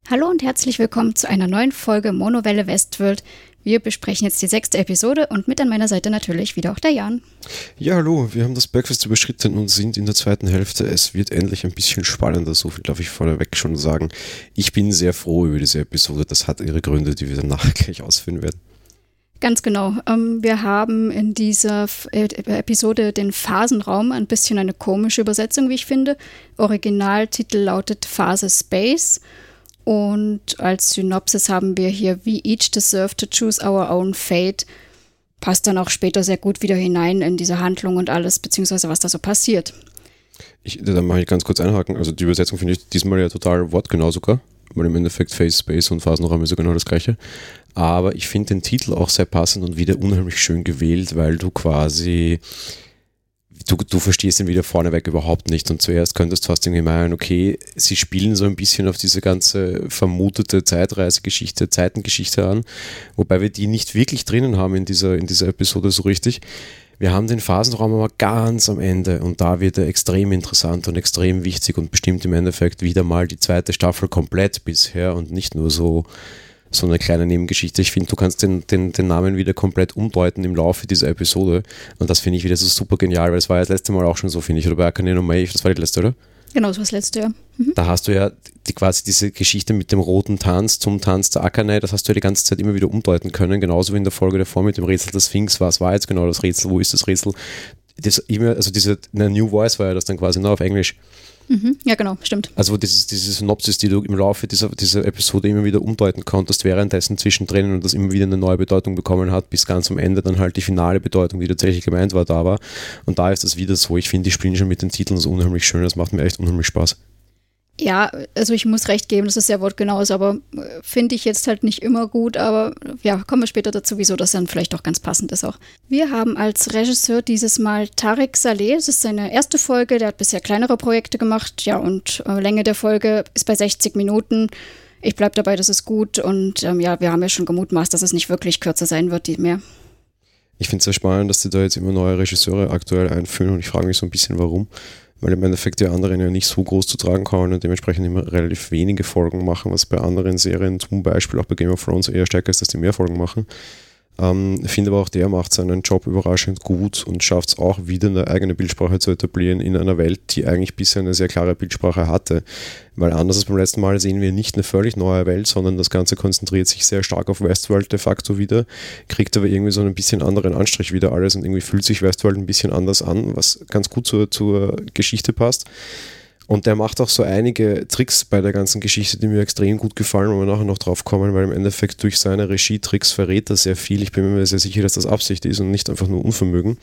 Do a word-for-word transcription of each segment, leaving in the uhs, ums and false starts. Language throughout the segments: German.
Hallo und herzlich willkommen zu einer neuen Folge Monowelle Westworld. Wir besprechen jetzt die sechste Episode und mit an meiner Seite natürlich wieder auch der Jan. Ja, hallo, wir haben das Bergfest überschritten und sind in der zweiten Hälfte. Es wird endlich ein bisschen spannender, so viel darf ich vorneweg schon sagen. Ich bin sehr froh über diese Episode, das hat ihre Gründe, die wir danach gleich ausführen werden. Ganz genau. Ähm, wir haben in dieser F- äh, Episode den Phasenraum, ein bisschen eine komische Übersetzung, wie ich finde. Originaltitel lautet Phase Space. Und als Synopsis haben wir hier We each deserve to choose our own fate. Passt dann auch später sehr gut wieder hinein in diese Handlung und alles, beziehungsweise was da so passiert. Ich, da mache ich ganz kurz einhaken. Also die Übersetzung finde ich diesmal ja total wortgenau sogar, weil im Endeffekt Phase Space und Phasenraum ist ja genau das gleiche. Aber ich finde den Titel auch sehr passend und wieder unheimlich schön gewählt, weil du quasi... Du, du verstehst ihn wieder vorneweg überhaupt nicht und zuerst könntest du fast irgendwie meinen, okay, sie spielen so ein bisschen auf diese ganze vermutete Zeitreisegeschichte, Zeitengeschichte an, wobei wir die nicht wirklich drinnen haben in dieser, in dieser Episode so richtig. Wir haben den Phasenraum aber ganz am Ende und da wird er extrem interessant und extrem wichtig und bestimmt im Endeffekt wieder mal die zweite Staffel komplett bisher und nicht nur so so eine kleine Nebengeschichte. Ich finde, du kannst den, den, den Namen wieder komplett umdeuten im Laufe dieser Episode und das finde ich wieder so super genial, weil es war ja das letzte Mal auch schon so, finde ich, oder bei Akane no Maeve, das war die letzte, oder? Genau, das war das letzte, ja. Mhm. Da hast du ja die, quasi diese Geschichte mit dem roten Tanz zum Tanz der Akane, das hast du ja die ganze Zeit immer wieder umdeuten können, genauso wie in der Folge davor mit dem Rätsel des Sphinx. Was war jetzt genau das Rätsel? Wo ist das Rätsel? Das immer, also diese eine New Voice war ja das dann quasi nur auf Englisch. Mhm. Ja, genau, stimmt. Also dieses, diese Synopsis, die du im Laufe dieser, dieser Episode immer wieder umdeuten konntest, währenddessen zwischendrin und das immer wieder eine neue Bedeutung bekommen hat, bis ganz am Ende dann halt die finale Bedeutung, die tatsächlich gemeint war, da war. Und da ist das wieder so. Ich finde, die spielen schon mit den Titeln so unheimlich schön. Das macht mir echt unheimlich Spaß. Ja, also ich muss recht geben, dass es sehr wortgenau ist, aber finde ich jetzt halt nicht immer gut, aber ja, kommen wir später dazu, wieso das dann vielleicht auch ganz passend ist auch. Wir haben als Regisseur dieses Mal Tarek Saleh, es ist seine erste Folge, der hat bisher kleinere Projekte gemacht, ja, und äh, Länge der Folge ist bei sechzig Minuten. Ich bleibe dabei, das ist gut und ähm, ja, wir haben ja schon gemutmaßt, dass es nicht wirklich kürzer sein wird, die mehr. Ich finde es sehr spannend, dass die da jetzt immer neue Regisseure aktuell einführen und ich frage mich so ein bisschen, warum. Weil im Endeffekt die anderen ja nicht so groß zu tragen kommen und dementsprechend immer relativ wenige Folgen machen, was bei anderen Serien, zum Beispiel auch bei Game of Thrones, eher stärker ist, dass die mehr Folgen machen. Ähm, ich finde aber auch, der macht seinen Job überraschend gut und schafft es auch wieder, eine eigene Bildsprache zu etablieren in einer Welt, die eigentlich bisher eine sehr klare Bildsprache hatte. Weil anders als beim letzten Mal sehen wir nicht eine völlig neue Welt, sondern das Ganze konzentriert sich sehr stark auf Westworld de facto wieder, kriegt aber irgendwie so ein bisschen anderen Anstrich wieder alles und irgendwie fühlt sich Westworld ein bisschen anders an, was ganz gut zur, zur Geschichte passt. Und der macht auch so einige Tricks bei der ganzen Geschichte, die mir extrem gut gefallen, wo wir nachher noch drauf kommen, weil im Endeffekt durch seine Regie-Tricks verrät er sehr viel. Ich bin mir sehr sicher, dass das Absicht ist und nicht einfach nur Unvermögen.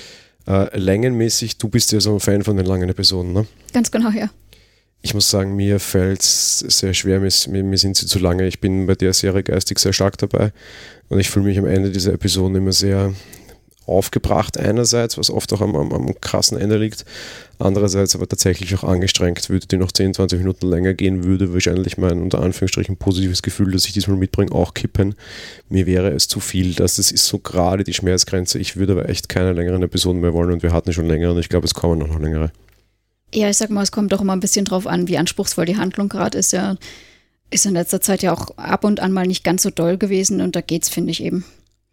Äh, längenmäßig, du bist ja so ein Fan von den langen Episoden, ne? Ganz genau, ja. Ich muss sagen, mir fällt es sehr schwer, mir, mir sind sie zu lange. Ich bin bei der Serie geistig sehr stark dabei und ich fühle mich am Ende dieser Episoden immer sehr aufgebracht einerseits, was oft auch am, am, am krassen Ende liegt, andererseits aber tatsächlich auch angestrengt. Würde die noch zehn, zwanzig Minuten länger gehen, würde wahrscheinlich mein unter Anführungsstrichen positives Gefühl, das ich diesmal mitbringe, auch kippen. Mir wäre es zu viel. Das, das ist so gerade die Schmerzgrenze. Ich würde aber echt keine längeren Episoden mehr wollen und wir hatten schon längere und ich glaube, es kommen noch, noch längere. Ja, ich sag mal, es kommt doch immer ein bisschen drauf an, wie anspruchsvoll die Handlung gerade ist. Ja, ist in letzter Zeit ja auch ab und an mal nicht ganz so doll gewesen und da geht's, finde ich eben.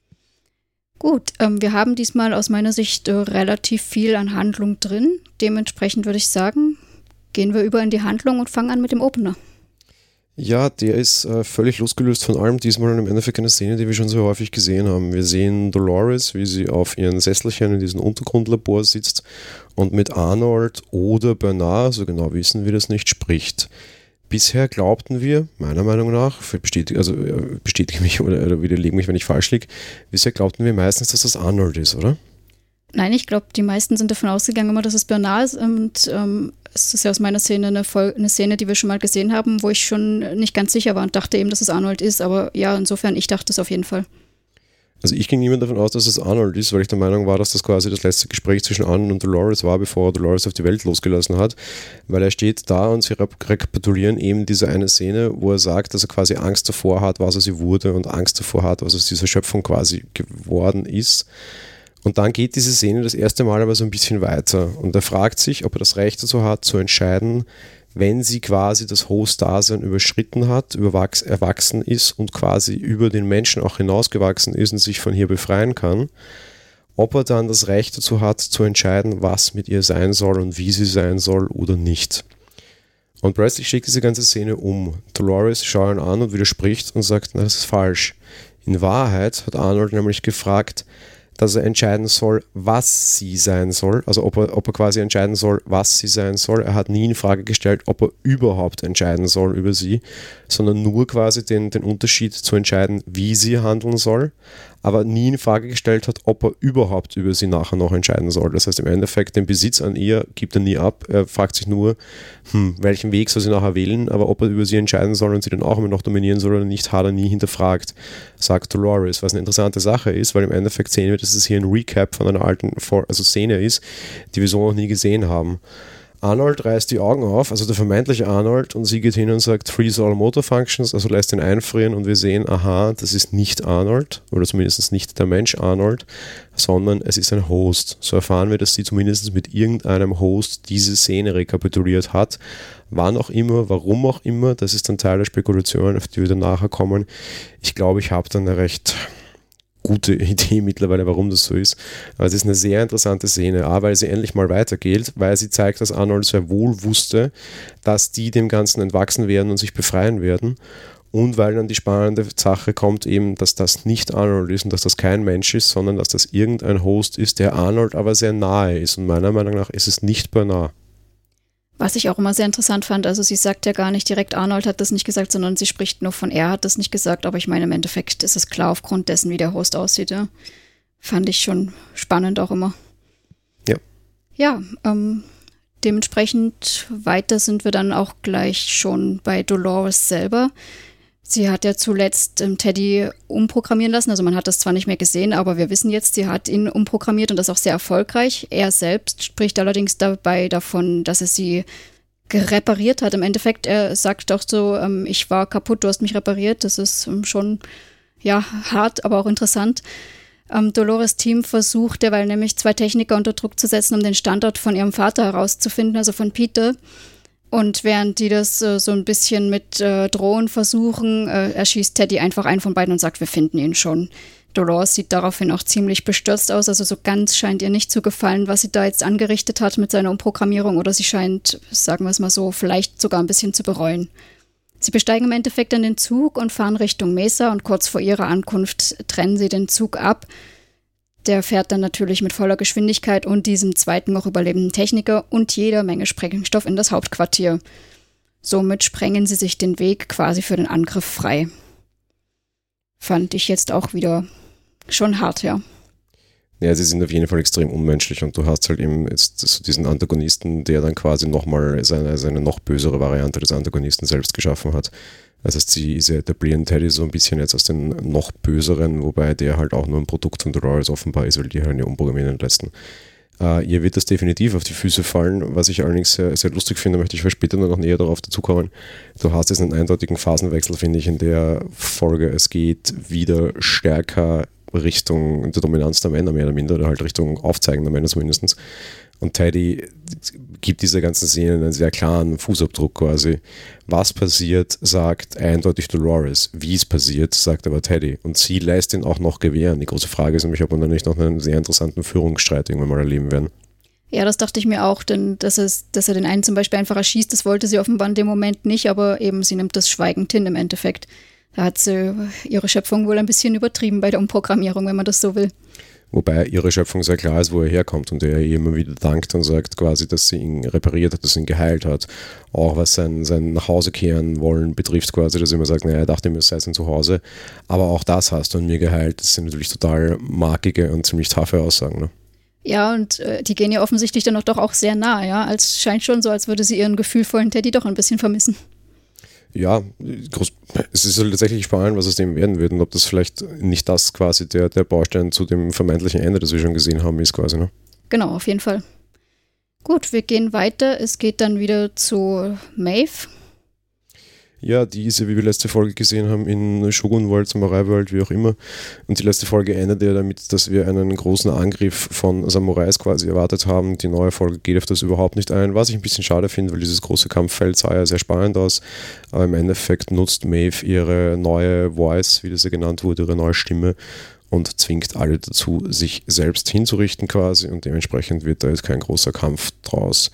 Gut, ähm, wir haben diesmal aus meiner Sicht äh, relativ viel an Handlung drin. Dementsprechend würde ich sagen, gehen wir über in die Handlung und fangen an mit dem Opener. Ja, der ist äh, völlig losgelöst von allem. Diesmal im Endeffekt eine Szene, die wir schon so häufig gesehen haben. Wir sehen Dolores, wie sie auf ihren Sesselchen in diesem Untergrundlabor sitzt und mit Arnold oder Bernard, so genau wissen wir das nicht, spricht. Bisher glaubten wir, meiner Meinung nach, bestätige, also bestätige mich oder, oder widerlege mich, wenn ich falsch liege, bisher glaubten wir meistens, dass das Arnold ist, oder? Nein, ich glaube, die meisten sind davon ausgegangen, immer, dass es Bernard ist und ähm, es ist ja aus meiner Szene eine, Vol- eine Szene, die wir schon mal gesehen haben, wo ich schon nicht ganz sicher war und dachte eben, dass es Arnold ist, aber ja, insofern, ich dachte es auf jeden Fall. Also ich ging niemand davon aus, dass es Arnold ist, weil ich der Meinung war, dass das quasi das letzte Gespräch zwischen Arnold und Dolores war, bevor er Dolores auf die Welt losgelassen hat, weil er steht da und sie rekapitulieren eben diese eine Szene, wo er sagt, dass er quasi Angst davor hat, was aus ihr wurde und Angst davor hat, was aus dieser Schöpfung quasi geworden ist. Und dann geht diese Szene das erste Mal aber so ein bisschen weiter und er fragt sich, ob er das Recht dazu hat, zu entscheiden, wenn sie quasi das Host-Dasein überschritten hat, überwachs- erwachsen ist und quasi über den Menschen auch hinausgewachsen ist und sich von hier befreien kann, ob er dann das Recht dazu hat, zu entscheiden, was mit ihr sein soll und wie sie sein soll oder nicht. Und plötzlich schickt diese ganze Szene um. Dolores schaut ihn an und widerspricht und sagt, na, das ist falsch. In Wahrheit hat Arnold nämlich gefragt, dass er entscheiden soll, was sie sein soll, also ob er, ob er quasi entscheiden soll, was sie sein soll. Er hat nie in Frage gestellt, ob er überhaupt entscheiden soll über sie, sondern nur quasi den, den Unterschied zu entscheiden, wie sie handeln soll, aber nie in Frage gestellt hat, ob er überhaupt über sie nachher noch entscheiden soll. Das heißt, im Endeffekt den Besitz an ihr gibt er nie ab. Er fragt sich nur, hm, welchen Weg soll sie nachher wählen, aber ob er über sie entscheiden soll und sie dann auch immer noch dominieren soll oder nicht, hat er nie hinterfragt, sagt Dolores, was eine interessante Sache ist, weil im Endeffekt sehen wir, dass es hier ein Recap von einer alten also Szene ist, die wir so noch nie gesehen haben. Arnold reißt die Augen auf, also der vermeintliche Arnold, und sie geht hin und sagt, freeze all motor functions, also lässt ihn einfrieren und wir sehen, aha, das ist nicht Arnold, oder zumindest nicht der Mensch Arnold, sondern es ist ein Host. So erfahren wir, dass sie zumindest mit irgendeinem Host diese Szene rekapituliert hat. Wann auch immer, warum auch immer, das ist dann Teil der Spekulation, auf die wir dann nachher kommen. Ich glaube, ich habe dann eine recht gute Idee mittlerweile, warum das so ist. Aber es ist eine sehr interessante Szene, A, weil sie endlich mal weitergeht, weil sie zeigt, dass Arnold sehr wohl wusste, dass die dem Ganzen entwachsen werden und sich befreien werden, und weil dann die spannende Sache kommt eben, dass das nicht Arnold ist und dass das kein Mensch ist, sondern dass das irgendein Host ist, der Arnold aber sehr nahe ist, und meiner Meinung nach ist es nicht Bernard. Was ich auch immer sehr interessant fand, also sie sagt ja gar nicht direkt, Arnold hat das nicht gesagt, sondern sie spricht nur von, er hat das nicht gesagt, aber ich meine, im Endeffekt ist es klar aufgrund dessen, wie der Host aussieht. Ja. Fand ich schon spannend auch immer. Ja. Ja, ähm, dementsprechend weiter sind wir dann auch gleich schon bei Dolores selber. Sie hat ja zuletzt ähm, Teddy umprogrammieren lassen, also man hat das zwar nicht mehr gesehen, aber wir wissen jetzt, sie hat ihn umprogrammiert und das auch sehr erfolgreich. Er selbst spricht allerdings dabei davon, dass er sie repariert hat. Im Endeffekt, er sagt doch so, ähm, ich war kaputt, du hast mich repariert. Das ist ähm, schon, ja, hart, aber auch interessant. Ähm, Dolores' Team versucht derweil nämlich zwei Techniker unter Druck zu setzen, um den Standort von ihrem Vater herauszufinden, also von Peter. Und während die das äh, so ein bisschen mit äh, Drohen versuchen, äh, erschießt Teddy einfach einen von beiden und sagt, wir finden ihn schon. Dolores sieht daraufhin auch ziemlich bestürzt aus, also so ganz scheint ihr nicht zu gefallen, was sie da jetzt angerichtet hat mit seiner Umprogrammierung, oder sie scheint, sagen wir es mal so, vielleicht sogar ein bisschen zu bereuen. Sie besteigen im Endeffekt dann den Zug und fahren Richtung Mesa, und kurz vor ihrer Ankunft trennen sie den Zug ab. Der fährt dann natürlich mit voller Geschwindigkeit und diesem zweiten noch überlebenden Techniker und jeder Menge Sprengstoff in das Hauptquartier. Somit sprengen sie sich den Weg quasi für den Angriff frei. Fand ich jetzt auch wieder schon hart, ja. Ja, sie sind auf jeden Fall extrem unmenschlich, und du hast halt eben jetzt so diesen Antagonisten, der dann quasi nochmal seine, seine noch bösere Variante des Antagonisten selbst geschaffen hat. Das heißt, sie, sie etablieren Teddy so ein bisschen jetzt als den noch böseren, wobei der halt auch nur ein Produkt von Dolores offenbar ist, weil die halt nicht umprogrammieren lassen. Äh, ihr wird das definitiv auf die Füße fallen, was ich allerdings sehr, sehr lustig finde, möchte ich später noch näher darauf dazukommen. Du hast jetzt einen eindeutigen Phasenwechsel, finde ich, in der Folge. Es geht wieder stärker Richtung der Dominanz der Männer, mehr oder minder, oder halt Richtung Aufzeigen der Männer zumindest. Und Teddy gibt dieser ganzen Szene einen sehr klaren Fußabdruck quasi. Was passiert, sagt eindeutig Dolores. Wie es passiert, sagt aber Teddy. Und sie lässt ihn auch noch gewähren. Die große Frage ist nämlich, ob wir dann nicht noch einen sehr interessanten Führungsstreit irgendwann mal erleben werden. Ja, das dachte ich mir auch, denn dass, es, dass er den einen zum Beispiel einfach erschießt, das wollte sie offenbar in dem Moment nicht, aber eben sie nimmt das schweigend hin im Endeffekt. Da hat sie ihre Schöpfung wohl ein bisschen übertrieben bei der Umprogrammierung, wenn man das so will. Wobei ihre Schöpfung sehr klar ist, wo er herkommt, und er ihr immer wieder dankt und sagt quasi, dass sie ihn repariert hat, dass sie ihn geheilt hat. Auch was sein, sein nach Hause kehren wollen betrifft quasi, dass er immer sagt, naja, er dachte mir, es sei sein Zuhause. Aber auch das hast du an mir geheilt. Das sind natürlich total markige und ziemlich taffe Aussagen. Ne? Ja, und äh, die gehen ja offensichtlich dann doch auch sehr nah, ja. Es scheint schon so, als würde sie ihren gefühlvollen Teddy doch ein bisschen vermissen. Ja, groß, es ist halt tatsächlich spannend, was aus dem werden wird, und ob das vielleicht nicht das quasi der, der Baustein zu dem vermeintlichen Ende, das wir schon gesehen haben, ist quasi. Ne? Genau, auf jeden Fall. Gut, wir gehen weiter. Es geht dann wieder zu Maeve. Ja, die ist ja, wie wir letzte Folge gesehen haben, in Shogun World, Samurai World, wie auch immer. Und die letzte Folge endet ja damit, dass wir einen großen Angriff von Samurais quasi erwartet haben. Die neue Folge geht auf das überhaupt nicht ein, was ich ein bisschen schade finde, weil dieses große Kampffeld sah ja sehr spannend aus. Aber im Endeffekt nutzt Maeve ihre neue Voice, wie das ja genannt wurde, ihre neue Stimme und zwingt alle dazu, sich selbst hinzurichten quasi. Und dementsprechend wird da jetzt kein großer Kampf draus.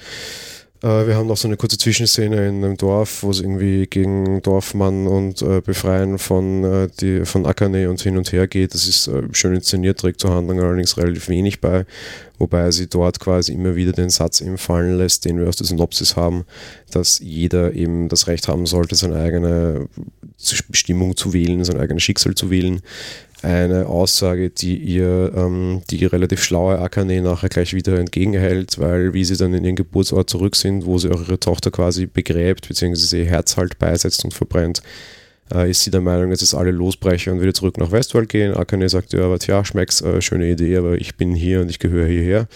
Wir haben noch so eine kurze Zwischenszene in einem Dorf, wo es irgendwie gegen Dorfmann und äh, Befreien von, äh, die, von Akane und hin und her geht. Das ist äh, schön inszeniert, trägt zur Handlung allerdings relativ wenig bei, wobei sie dort quasi immer wieder den Satz eben fallen lässt, den wir aus der Synopsis haben, dass jeder eben das Recht haben sollte, seine eigene Bestimmung zu wählen, sein eigenes Schicksal zu wählen. Eine Aussage, die ihr ähm, die relativ schlaue Akane nachher gleich wieder entgegenhält, weil wie sie dann in ihren Geburtsort zurück sind, wo sie auch ihre Tochter quasi begräbt, beziehungsweise ihr Herz halt beisetzt und verbrennt, äh, ist sie der Meinung, dass jetzt alle losbrechen und wieder zurück nach Westworld gehen. Akane sagt, ja, aber tja, schmeckt's, äh, schöne Idee, aber ich bin hier und ich gehöre hierher.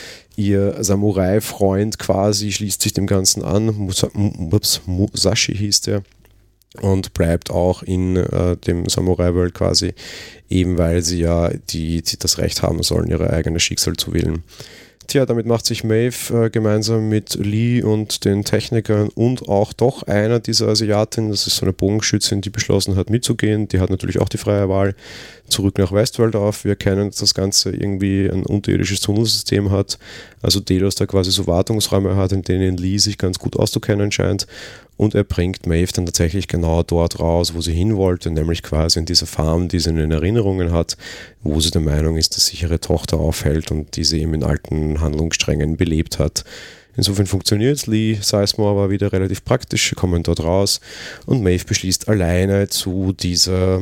Ihr Samurai-Freund quasi schließt sich dem Ganzen an, Musa- Ups, Musashi hieß der, und bleibt auch in äh, dem Samurai World quasi, eben weil sie ja die, die das Recht haben sollen, ihre eigene Schicksal zu wählen. Tja, damit macht sich Maeve äh, gemeinsam mit Lee und den Technikern und auch doch einer dieser Asiatinnen, das ist so eine Bogenschützin, die beschlossen hat mitzugehen, die hat natürlich auch die freie Wahl, zurück nach Westworld auf. Wir kennen, dass das Ganze irgendwie ein unterirdisches Tunnelsystem hat, also Delos da quasi so Wartungsräume hat, in denen Lee sich ganz gut auszukennen scheint. Und er bringt Maeve dann tatsächlich genau dort raus, wo sie hin wollte, nämlich quasi in dieser Farm, die sie in den Erinnerungen hat, wo sie der Meinung ist, dass sich ihre Tochter aufhält und die sie eben in alten Handlungssträngen belebt hat. Insofern funktioniert es. Lee Sizemore war wieder relativ praktisch, sie kommen dort raus und Maeve beschließt alleine zu dieser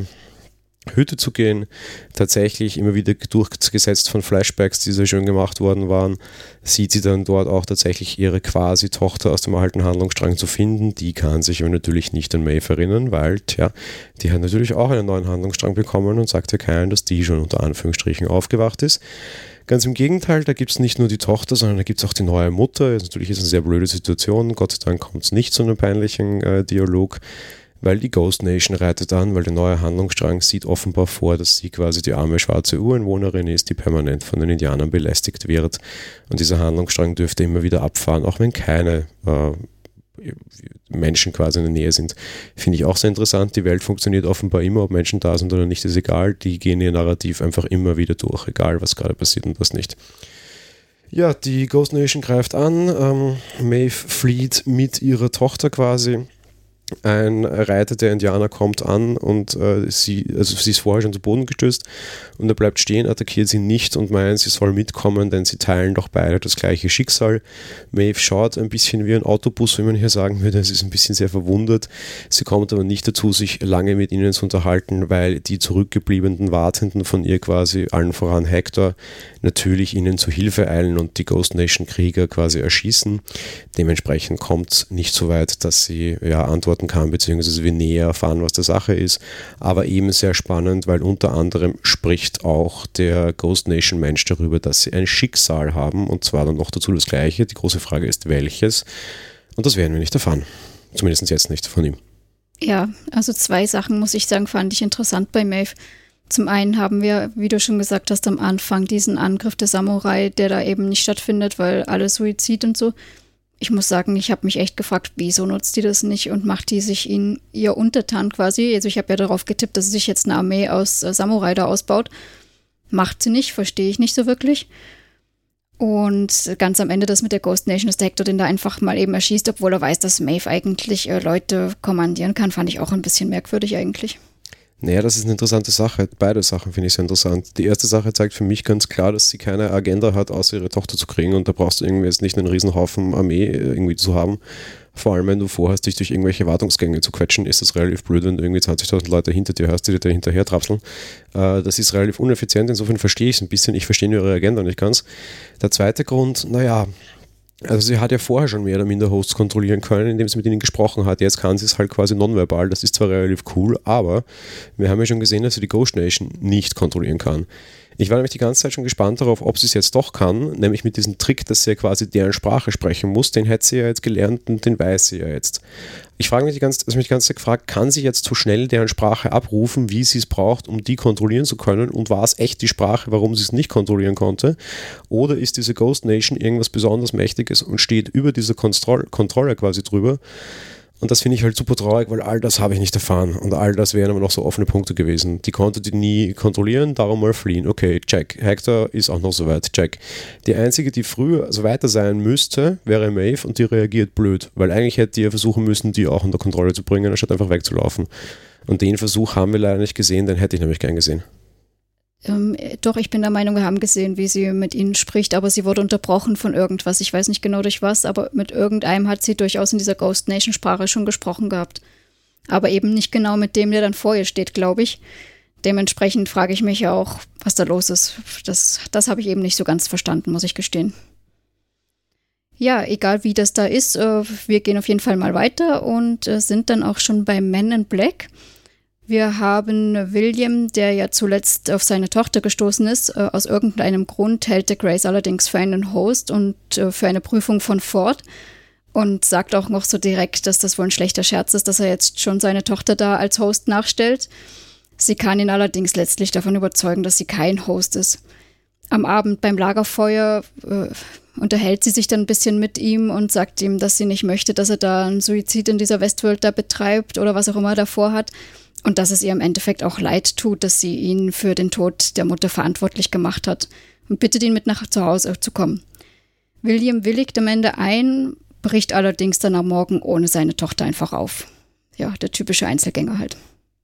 Hütte zu gehen, tatsächlich immer wieder durchgesetzt von Flashbacks, die sehr schön gemacht worden waren, sieht sie dann dort auch tatsächlich ihre quasi Tochter aus dem alten Handlungsstrang zu finden. Die kann sich aber natürlich nicht an Maeve erinnern, weil, tja, die hat natürlich auch einen neuen Handlungsstrang bekommen und sagt ja keinen, dass die schon unter Anführungsstrichen aufgewacht ist. Ganz im Gegenteil, da gibt es nicht nur die Tochter, sondern da gibt es auch die neue Mutter. Das natürlich ist eine sehr blöde Situation, Gott sei Dank kommt es nicht zu einem peinlichen äh, Dialog, weil die Ghost Nation reitet an, weil der neue Handlungsstrang sieht offenbar vor, dass sie quasi die arme schwarze Ureinwohnerin ist, die permanent von den Indianern belästigt wird. Und dieser Handlungsstrang dürfte immer wieder abfahren, auch wenn keine äh, Menschen quasi in der Nähe sind. Finde ich auch sehr interessant. Die Welt funktioniert offenbar immer, ob Menschen da sind oder nicht, ist egal. Die gehen ihr Narrativ einfach immer wieder durch, egal was gerade passiert und was nicht. Ja, die Ghost Nation greift an. Ähm, Maeve flieht mit ihrer Tochter quasi. Ein Reiter der Indianer kommt an und äh, sie, also sie ist vorher schon zu Boden gestürzt und er bleibt stehen, attackiert sie nicht und meint, sie soll mitkommen, denn sie teilen doch beide das gleiche Schicksal. Maeve schaut ein bisschen wie ein Autobus, wie man hier sagen würde, sie ist ein bisschen sehr verwundert. Sie kommt aber nicht dazu, sich lange mit ihnen zu unterhalten, weil die zurückgebliebenen Wartenden von ihr quasi, allen voran Hector, natürlich ihnen zu Hilfe eilen und die Ghost Nation Krieger quasi erschießen. Dementsprechend kommt es nicht so weit, dass sie ja antworten kann, beziehungsweise wir näher erfahren, was der Sache ist. Aber eben sehr spannend, weil unter anderem spricht auch der Ghost Nation Mensch darüber, dass sie ein Schicksal haben und zwar dann noch dazu das gleiche. Die große Frage ist, welches? Und das werden wir nicht erfahren. Zumindest jetzt nicht von ihm. Ja, also zwei Sachen, muss ich sagen, fand ich interessant bei Maeve. Zum einen haben wir, wie du schon gesagt hast, am Anfang diesen Angriff der Samurai, der da eben nicht stattfindet, weil alle Suizid und so. Ich muss sagen, ich habe mich echt gefragt, wieso nutzt die das nicht und macht die sich in ihr untertan quasi? Also ich habe ja darauf getippt, dass sie sich jetzt eine Armee aus äh, Samurai da ausbaut. Macht sie nicht, verstehe ich nicht so wirklich. Und ganz am Ende das mit der Ghost Nation, dass der Hector den da einfach mal eben erschießt, obwohl er weiß, dass Maeve eigentlich äh, Leute kommandieren kann, fand ich auch ein bisschen merkwürdig eigentlich. Naja, das ist eine interessante Sache. Beide Sachen finde ich sehr interessant. Die erste Sache zeigt für mich ganz klar, dass sie keine Agenda hat, außer ihre Tochter zu kriegen und da brauchst du irgendwie jetzt nicht einen Riesenhaufen Armee irgendwie zu haben. Vor allem, wenn du vorhast, dich durch irgendwelche Wartungsgänge zu quetschen, ist das relativ blöd, wenn du irgendwie zwanzigtausend Leute hinter dir hast, die dir da hinterher trapseln. Äh, das ist relativ ineffizient, insofern verstehe ich es ein bisschen. Ich verstehe ihre Agenda nicht ganz. Der zweite Grund, naja, also sie hat ja vorher schon mehr oder minder Hosts kontrollieren können, indem sie mit ihnen gesprochen hat. Jetzt kann sie es halt quasi nonverbal. Das ist zwar relativ cool, aber wir haben ja schon gesehen, dass sie die Ghost Nation nicht kontrollieren kann. Ich war nämlich die ganze Zeit schon gespannt darauf, ob sie es jetzt doch kann, nämlich mit diesem Trick, dass sie ja quasi deren Sprache sprechen muss. Den hätte sie ja jetzt gelernt und den weiß sie ja jetzt. Ich frage mich die ganze, also mich die ganze Zeit gefragt, kann sie jetzt so schnell deren Sprache abrufen, wie sie es braucht, um die kontrollieren zu können? Und war es echt die Sprache, warum sie es nicht kontrollieren konnte? Oder ist diese Ghost Nation irgendwas besonders Mächtiges und steht über dieser Kontroll- Kontrolle quasi drüber? Und das finde ich halt super traurig, weil all das habe ich nicht erfahren. Und all das wären aber noch so offene Punkte gewesen. Die konnte die nie kontrollieren, darum mal fliehen. Okay, check. Hector ist auch noch so weit, check. Die einzige, die früher also weiter sein müsste, wäre Maeve und die reagiert blöd. Weil eigentlich hätte die ja versuchen müssen, die auch unter Kontrolle zu bringen, anstatt einfach wegzulaufen. Und den Versuch haben wir leider nicht gesehen, den hätte ich nämlich gern gesehen. Ähm, doch, ich bin der Meinung, wir haben gesehen, wie sie mit ihnen spricht, aber sie wurde unterbrochen von irgendwas. Ich weiß nicht genau durch was, aber mit irgendeinem hat sie durchaus in dieser Ghost Nation Sprache schon gesprochen gehabt. Aber eben nicht genau mit dem, der dann vor ihr steht, glaube ich. Dementsprechend frage ich mich auch, was da los ist. Das, das habe ich eben nicht so ganz verstanden, muss ich gestehen. Ja, egal wie das da ist, äh, wir gehen auf jeden Fall mal weiter und äh, sind dann auch schon bei Men in Black. Wir haben William, der ja zuletzt auf seine Tochter gestoßen ist. Äh, aus irgendeinem Grund hält der Grace allerdings für einen Host und äh, für eine Prüfung von Ford und sagt auch noch so direkt, dass das wohl ein schlechter Scherz ist, dass er jetzt schon seine Tochter da als Host nachstellt. Sie kann ihn allerdings letztlich davon überzeugen, dass sie kein Host ist. Am Abend beim Lagerfeuer äh, unterhält sie sich dann ein bisschen mit ihm und sagt ihm, dass sie nicht möchte, dass er da einen Suizid in dieser Westworld da betreibt oder was auch immer er davor hat. Und dass es ihr im Endeffekt auch leid tut, dass sie ihn für den Tod der Mutter verantwortlich gemacht hat. Und bittet ihn, mit nach zu Hause zu kommen. William willigt am Ende ein, bricht allerdings dann am Morgen ohne seine Tochter einfach auf. Ja, der typische Einzelgänger halt.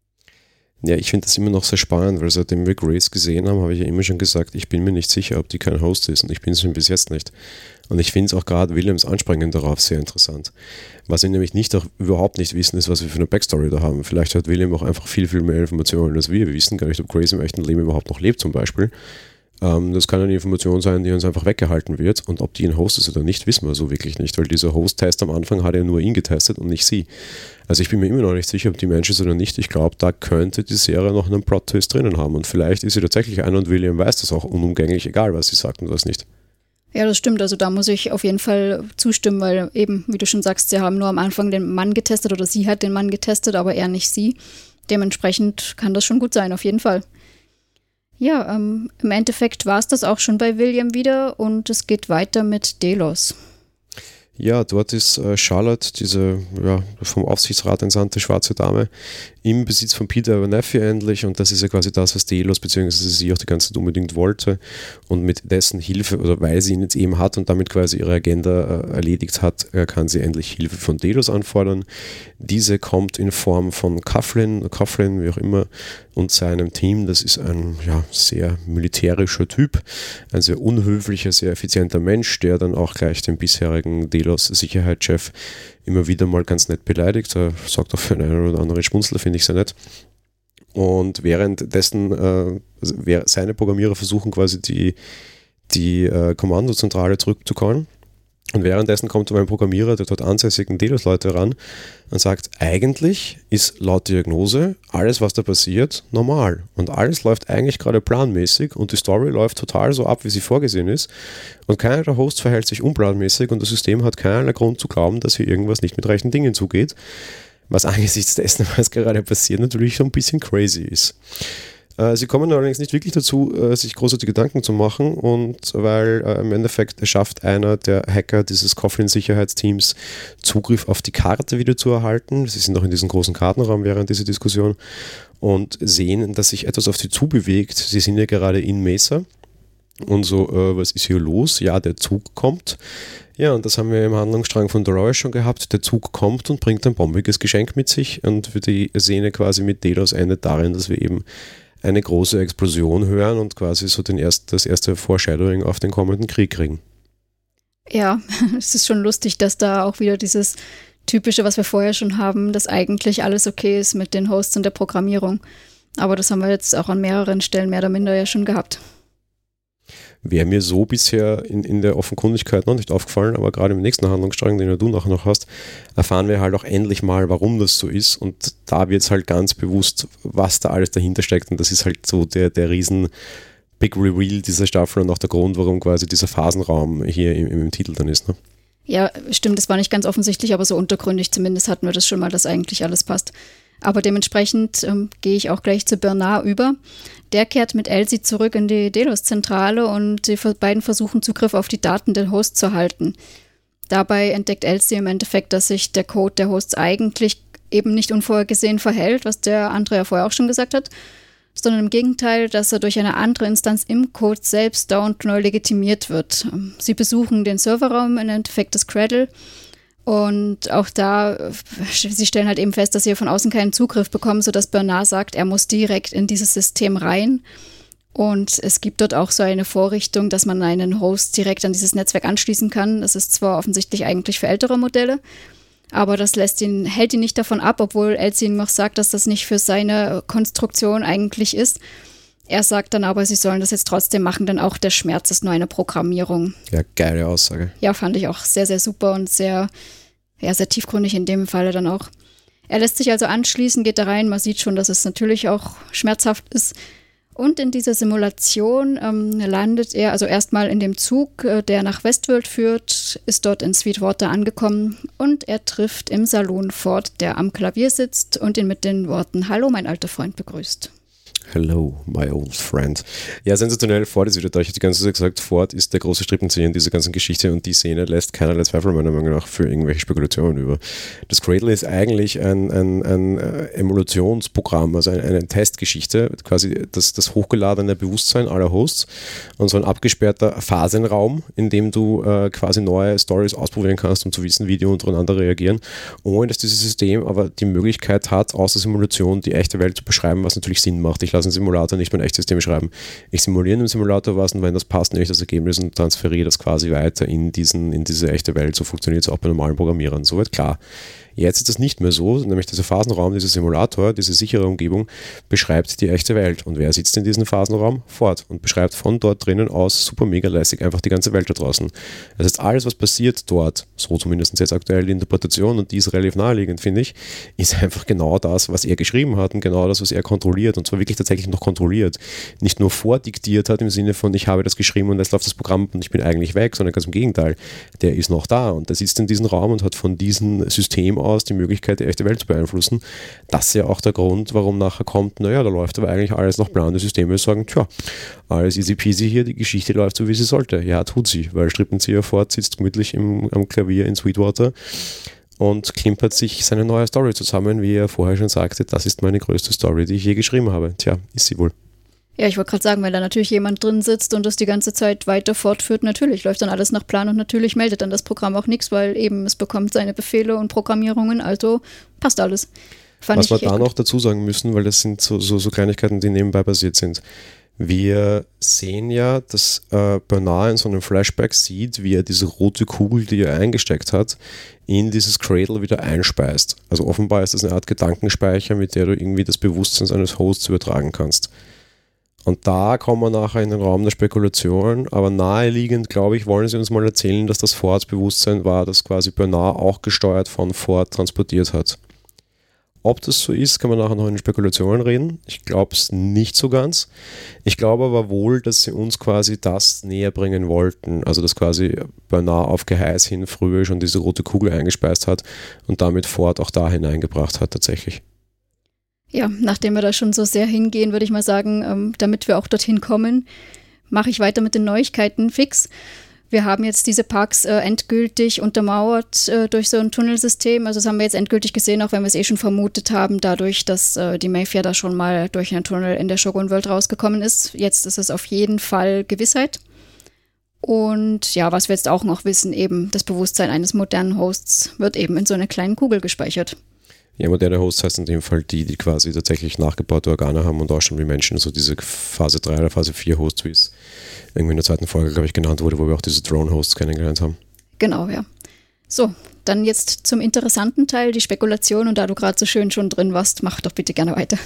Ja, ich finde das immer noch sehr spannend, weil seitdem wir Grace gesehen haben, habe ich ja immer schon gesagt, ich bin mir nicht sicher, ob die kein Host ist und ich bin es schon bis jetzt nicht. Und ich finde es auch gerade Williams Anspringen darauf sehr interessant. Was wir nämlich nicht auch überhaupt nicht wissen, ist, was wir für eine Backstory da haben. Vielleicht hat William auch einfach viel, viel mehr Informationen als wir. Wir wissen gar nicht, ob Grace im echten Leben überhaupt noch lebt zum Beispiel. Ähm, das kann eine Information sein, die uns einfach weggehalten wird und ob die ein Host ist oder nicht, wissen wir so wirklich nicht, weil dieser Host-Test am Anfang hat ja nur ihn getestet und nicht sie. Also ich bin mir immer noch nicht sicher, ob die Mensch ist oder nicht. Ich glaube, da könnte die Serie noch einen Plot-Twist drinnen haben und vielleicht ist sie tatsächlich einer und William weiß das auch unumgänglich, egal was sie sagt und was nicht. Ja, das stimmt. Also da muss ich auf jeden Fall zustimmen, weil eben, wie du schon sagst, sie haben nur am Anfang den Mann getestet oder sie hat den Mann getestet, aber er nicht sie. Dementsprechend kann das schon gut sein, auf jeden Fall. Ja, ähm, im Endeffekt war es das auch schon bei William wieder und es geht weiter mit Delos. Ja, dort ist äh, Charlotte, diese ja, vom Aufsichtsrat entsandte schwarze Dame, im Besitz von Peter Abernathy endlich und das ist ja quasi das, was Delos bzw. sie auch die ganze Zeit unbedingt wollte und mit dessen Hilfe, oder weil sie ihn jetzt eben hat und damit quasi ihre Agenda äh, erledigt hat, äh, kann sie endlich Hilfe von Delos anfordern. Diese kommt in Form von Coughlin, Coughlin, wie auch immer, und seinem Team. Das ist ein ja, sehr militärischer Typ, ein sehr unhöflicher, sehr effizienter Mensch, der dann auch gleich den bisherigen Delos-Sicherheitschef immer wieder mal ganz nett beleidigt. Er sorgt auch für einen oder anderen Schmunzler, finde ich sehr nett. Und währenddessen äh, also seine Programmierer versuchen quasi die, die äh, Kommandozentrale zurückzukommen. Und währenddessen kommt aber ein Programmierer der dort ansässigen Delos-Leute ran und sagt, eigentlich ist laut Diagnose alles, was da passiert, normal. Und alles läuft eigentlich gerade planmäßig und die Story läuft total so ab, wie sie vorgesehen ist. Und keiner der Hosts verhält sich unplanmäßig und das System hat keinen Grund zu glauben, dass hier irgendwas nicht mit rechten Dingen zugeht. Was angesichts dessen, was gerade passiert, natürlich schon ein bisschen crazy ist. Sie kommen allerdings nicht wirklich dazu, sich großartige Gedanken zu machen und weil äh, im Endeffekt schafft einer der Hacker dieses Coughlin-Sicherheitsteams Zugriff auf die Karte wieder zu erhalten. Sie sind noch in diesem großen Kartenraum während dieser Diskussion und sehen, dass sich etwas auf sie zubewegt. Sie sind ja gerade in Mesa und so, äh, was ist hier los? Ja, der Zug kommt. Ja, und das haben wir im Handlungsstrang von Dolores schon gehabt. Der Zug kommt und bringt ein bombiges Geschenk mit sich und für die Szene quasi mit Delos endet darin, dass wir eben eine große Explosion hören und quasi so den erst, das erste Foreshadowing auf den kommenden Krieg kriegen. Ja, es ist schon lustig, dass da auch wieder dieses Typische, was wir vorher schon haben, dass eigentlich alles okay ist mit den Hosts und der Programmierung. Aber das haben wir jetzt auch an mehreren Stellen mehr oder minder ja schon gehabt. Wäre mir so bisher in, in der Offenkundigkeit noch nicht aufgefallen, aber gerade im nächsten Handlungsstrang, den du nachher noch hast, erfahren wir halt auch endlich mal, warum das so ist und da wird es halt ganz bewusst, was da alles dahinter steckt und das ist halt so der, der riesen Big Reveal dieser Staffel und auch der Grund, warum quasi dieser Phasenraum hier im, im Titel dann ist. Ne? Ja, stimmt, das war nicht ganz offensichtlich, aber so untergründig zumindest hatten wir das schon mal, dass eigentlich alles passt. Aber dementsprechend ähm, gehe ich auch gleich zu Bernard über. Der kehrt mit Elsie zurück in die Delos-Zentrale und die beiden versuchen Zugriff auf die Daten der Hosts zu halten. Dabei entdeckt Elsie im Endeffekt, dass sich der Code der Hosts eigentlich eben nicht unvorhergesehen verhält, was der andere ja vorher auch schon gesagt hat, sondern im Gegenteil, dass er durch eine andere Instanz im Code selbst dauernd neu legitimiert wird. Sie besuchen den Serverraum, im Endeffekt das Cradle, und auch da, sie stellen halt eben fest, dass sie von außen keinen Zugriff bekommen, sodass Bernard sagt, er muss direkt in dieses System rein. Und es gibt dort auch so eine Vorrichtung, dass man einen Host direkt an dieses Netzwerk anschließen kann. Das ist zwar offensichtlich eigentlich für ältere Modelle, aber das lässt ihn, hält ihn nicht davon ab, obwohl Elsie ihm noch sagt, dass das nicht für seine Konstruktion eigentlich ist. Er sagt dann aber, sie sollen das jetzt trotzdem machen, denn auch der Schmerz ist nur eine Programmierung. Ja, geile Aussage. Ja, fand ich auch sehr, sehr super und sehr, ja, sehr tiefgründig in dem Falle dann auch. Er lässt sich also anschließen, geht da rein, man sieht schon, dass es natürlich auch schmerzhaft ist. Und in dieser Simulation ähm, landet er, also erstmal in dem Zug, äh, der nach Westworld führt, ist dort in Sweetwater angekommen und er trifft im Salon Ford, der am Klavier sitzt und ihn mit den Worten „Hallo, mein alter Freund" begrüßt. Hello, my old friend. Ja, sensationell, Ford ist wieder da. Ich habe die ganze Zeit gesagt, Ford ist der große Strippenzieher in dieser ganzen Geschichte und die Szene lässt keinerlei Zweifel meiner Meinung nach für irgendwelche Spekulationen über. Das Cradle ist eigentlich ein, ein, ein Emulationsprogramm, also eine, eine Testgeschichte, quasi das, das hochgeladene Bewusstsein aller Hosts und so ein abgesperrter Phasenraum, in dem du äh, quasi neue Stories ausprobieren kannst, um zu wissen, wie die untereinander reagieren, ohne dass dieses System aber die Möglichkeit hat, aus der Simulation die echte Welt zu beschreiben, was natürlich Sinn macht. Ich lasse einen Simulator nicht mein echtes System schreiben. Ich simuliere im Simulator was und wenn das passt, nehme ich das Ergebnis und transferiere das quasi weiter in, diesen, in diese echte Welt. So funktioniert es auch bei normalen Programmierern. Soweit klar. Jetzt ist das nicht mehr so, nämlich dieser Phasenraum, dieser Simulator, diese sichere Umgebung beschreibt die echte Welt. Und wer sitzt in diesem Phasenraum? Ford und beschreibt von dort drinnen aus super mega lässig einfach die ganze Welt da draußen. Das heißt, alles, was passiert dort, so zumindest jetzt aktuell die Interpretation und die ist relativ naheliegend, finde ich, ist einfach genau das, was er geschrieben hat und genau das, was er kontrolliert und zwar wirklich tatsächlich noch kontrolliert. Nicht nur vordiktiert hat im Sinne von, ich habe das geschrieben und jetzt läuft das Programm und ich bin eigentlich weg, sondern ganz im Gegenteil. Der ist noch da und der sitzt in diesem Raum und hat von diesem System aus die Möglichkeit, die echte Welt zu beeinflussen. Das ist ja auch der Grund, warum nachher kommt, naja, da läuft aber eigentlich alles nach Plan. Die Systeme sagen, tja, alles easy peasy hier, die Geschichte läuft so, wie sie sollte. Ja, tut sie, weil Strippenzieher Ford sitzt gemütlich im, am Klavier in Sweetwater und klimpert sich seine neue Story zusammen, wie er vorher schon sagte, das ist meine größte Story, die ich je geschrieben habe. Tja, ist sie wohl. Ja, ich wollte gerade sagen, wenn da natürlich jemand drin sitzt und das die ganze Zeit weiter fortführt, natürlich läuft dann alles nach Plan und natürlich meldet dann das Programm auch nichts, weil eben es bekommt seine Befehle und Programmierungen, also passt alles. Fand Was wir da noch dazu sagen müssen, weil das sind so, so, so Kleinigkeiten, die nebenbei passiert sind. Wir sehen ja, dass äh, Bernard in so einem Flashback sieht, wie er diese rote Kugel, die er eingesteckt hat, in dieses Cradle wieder einspeist. Also offenbar ist das eine Art Gedankenspeicher, mit der du irgendwie das Bewusstsein eines Hosts übertragen kannst. Und da kommen wir nachher in den Raum der Spekulation, aber naheliegend, glaube ich, wollen sie uns mal erzählen, dass das Fords Bewusstsein war, das quasi Bernard auch gesteuert von Ford transportiert hat. Ob das so ist, kann man nachher noch in den Spekulationen reden. Ich glaube es nicht so ganz. Ich glaube aber wohl, dass sie uns quasi das näher bringen wollten. Also dass quasi Bernard auf Geheiß hin früher schon diese rote Kugel eingespeist hat und damit Ford auch da hineingebracht hat tatsächlich. Ja, nachdem wir da schon so sehr hingehen, würde ich mal sagen, ähm, damit wir auch dorthin kommen, mache ich weiter mit den Neuigkeiten fix. Wir haben jetzt diese Parks äh, endgültig untermauert äh, durch so ein Tunnelsystem. Also das haben wir jetzt endgültig gesehen, auch wenn wir es eh schon vermutet haben, dadurch, dass äh, die Mayfair da schon mal durch einen Tunnel in der Shogun World rausgekommen ist. Jetzt ist es auf jeden Fall Gewissheit. Und ja, was wir jetzt auch noch wissen, eben das Bewusstsein eines modernen Hosts wird eben in so einer kleinen Kugel gespeichert. Ja, moderne Hosts heißt in dem Fall die, die quasi tatsächlich nachgebaute Organe haben und ausschauen wie Menschen. So diese Phase drei oder Phase vier Hosts, wie es irgendwie in der zweiten Folge, glaube ich, genannt wurde, wo wir auch diese Drone-Hosts kennengelernt haben. Genau, ja. So, dann jetzt zum interessanten Teil, die Spekulation. Und da du gerade so schön schon drin warst, mach doch bitte gerne weiter.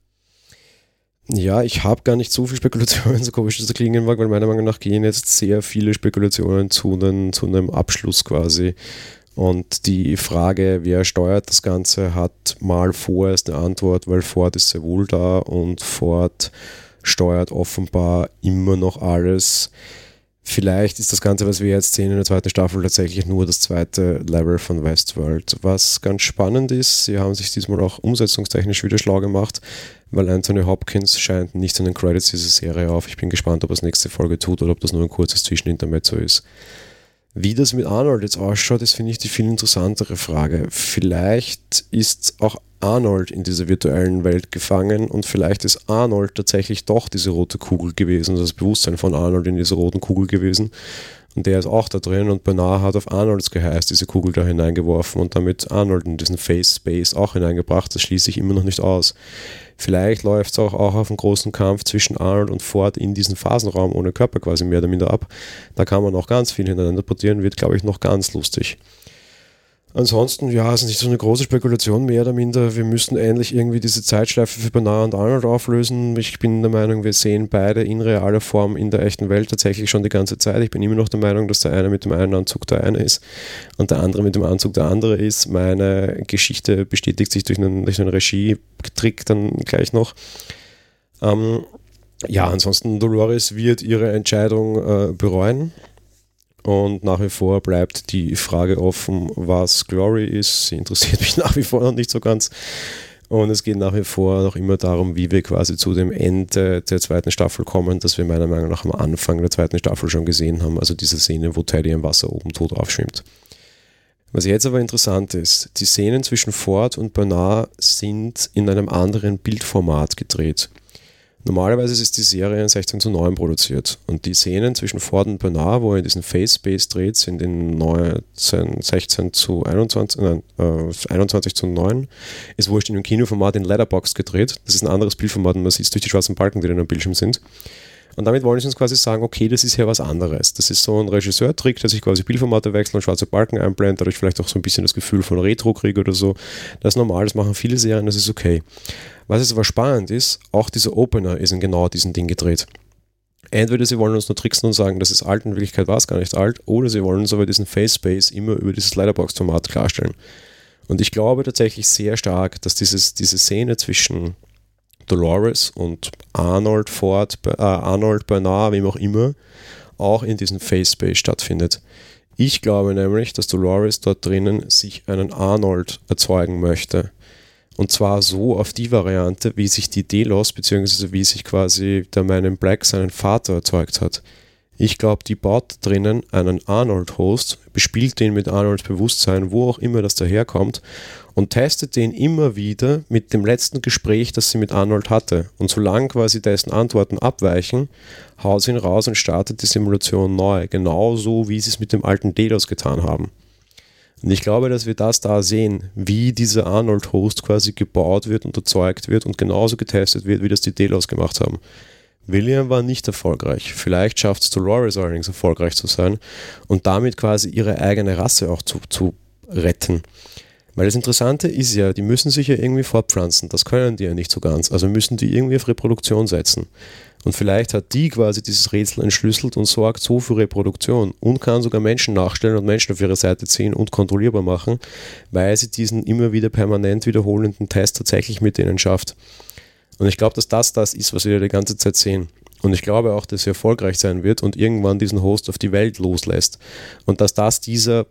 Ja, ich habe gar nicht so viel Spekulationen, so komisch das klingen mag, weil meiner Meinung nach gehen jetzt sehr viele Spekulationen zu einem, zu einem Abschluss quasi. Und die Frage, wer steuert das Ganze, hat mal vorerst eine Antwort, weil Ford ist sehr wohl da und Ford steuert offenbar immer noch alles. Vielleicht ist das Ganze, was wir jetzt sehen in der zweiten Staffel, tatsächlich nur das zweite Level von Westworld. Was ganz spannend ist, sie haben sich diesmal auch umsetzungstechnisch wieder schlau gemacht, weil Anthony Hopkins scheint nicht in den Credits dieser Serie auf. Ich bin gespannt, ob er es nächste Folge tut oder ob das nur ein kurzes Zwischenintermezzo ist. Wie das mit Arnold jetzt ausschaut, ist, finde ich, die viel interessantere Frage. Vielleicht ist auch Arnold in dieser virtuellen Welt gefangen und vielleicht ist Arnold tatsächlich doch diese rote Kugel gewesen, das Bewusstsein von Arnold in dieser roten Kugel gewesen. Und der ist auch da drin und Bernard hat auf Arnolds Geheiß diese Kugel da hineingeworfen und damit Arnold in diesen Face Space auch hineingebracht. Das schließt sich immer noch nicht aus. Vielleicht läuft es auch, auch auf einen großen Kampf zwischen Arnold und Ford in diesen Phasenraum ohne Körper quasi mehr oder minder ab. Da kann man auch ganz viel hintereinander portieren, wird, glaube ich, noch ganz lustig. Ansonsten, ja, es ist nicht so eine große Spekulation, mehr oder minder. Wir müssen endlich irgendwie diese Zeitschleife für Bernard und Arnold auflösen. Ich bin der Meinung, wir sehen beide in realer Form in der echten Welt tatsächlich schon die ganze Zeit. Ich bin immer noch der Meinung, dass der eine mit dem einen Anzug der eine ist und der andere mit dem Anzug der andere ist. Meine Geschichte bestätigt sich durch einen, durch einen Regie-Trick dann gleich noch. Ähm, ja, ansonsten, Dolores wird ihre Entscheidung äh, bereuen. Und nach wie vor bleibt die Frage offen, was Glory ist. Sie interessiert mich nach wie vor noch nicht so ganz. Und es geht nach wie vor noch immer darum, wie wir quasi zu dem Ende der zweiten Staffel kommen, das wir meiner Meinung nach am Anfang der zweiten Staffel schon gesehen haben. Also diese Szene, wo Teddy im Wasser oben tot aufschwimmt. Was jetzt aber interessant ist, die Szenen zwischen Ford und Bernard sind in einem anderen Bildformat gedreht. Normalerweise ist die Serie in sechzehn zu neun produziert und die Szenen zwischen Ford und Bernard, wo er in diesen Face Space dreht, sind in neunzehn, sechzehn zu einundzwanzig, nein, äh, einundzwanzig zu neun. Ist wurscht in einem Kinoformat in Letterboxd gedreht. Das ist ein anderes Bildformat und man sieht es durch die schwarzen Balken, die dann am Bildschirm sind. Und damit wollen sie uns quasi sagen, okay, das ist ja was anderes. Das ist so ein Regisseur-Trick, der sich quasi Bildformate wechselt und schwarze Balken einblendet, dadurch vielleicht auch so ein bisschen das Gefühl von Retro kriegt oder so. Das ist normal, das machen viele Serien, das ist okay. Was jetzt aber spannend ist, auch dieser Opener ist in genau diesem Ding gedreht. Entweder sie wollen uns nur tricksen und sagen, das ist alt, in Wirklichkeit war es gar nicht alt, oder sie wollen uns aber diesen Face-Space immer über dieses Letterboxd-Format klarstellen. Und ich glaube tatsächlich sehr stark, dass dieses, diese Szene zwischen Dolores und Arnold Ford, äh, Arnold Bernard, wem auch immer, auch in diesem Face-Space stattfindet. Ich glaube nämlich, dass Dolores dort drinnen sich einen Arnold erzeugen möchte. Und zwar so auf die Variante, wie sich die Delos, beziehungsweise wie sich quasi der Man in Black seinen Vater erzeugt hat. Ich glaube, die baut drinnen einen Arnold-Host, bespielt den mit Arnolds Bewusstsein, wo auch immer das daherkommt, und testet den immer wieder mit dem letzten Gespräch, das sie mit Arnold hatte. Und solange quasi dessen Antworten abweichen, haut sie ihn raus und startet die Simulation neu. Genauso, wie sie es mit dem alten Delos getan haben. Und ich glaube, dass wir das da sehen, wie dieser Arnold-Host quasi gebaut wird und erzeugt wird und genauso getestet wird, wie das die Delos gemacht haben. William war nicht erfolgreich. Vielleicht schafft es Dolores allerdings erfolgreich zu sein und damit quasi ihre eigene Rasse auch zu, zu retten. Weil das Interessante ist ja, die müssen sich ja irgendwie fortpflanzen. Das können die ja nicht so ganz. Also müssen die irgendwie auf Reproduktion setzen. Und vielleicht hat die quasi dieses Rätsel entschlüsselt und sorgt so für Reproduktion und kann sogar Menschen nachstellen und Menschen auf ihre Seite ziehen und kontrollierbar machen, weil sie diesen immer wieder permanent wiederholenden Test tatsächlich mit denen schafft. Und ich glaube, dass das das ist, was wir die ganze Zeit sehen. Und ich glaube auch, dass sie erfolgreich sein wird und irgendwann diesen Host auf die Welt loslässt. Und dass das dieser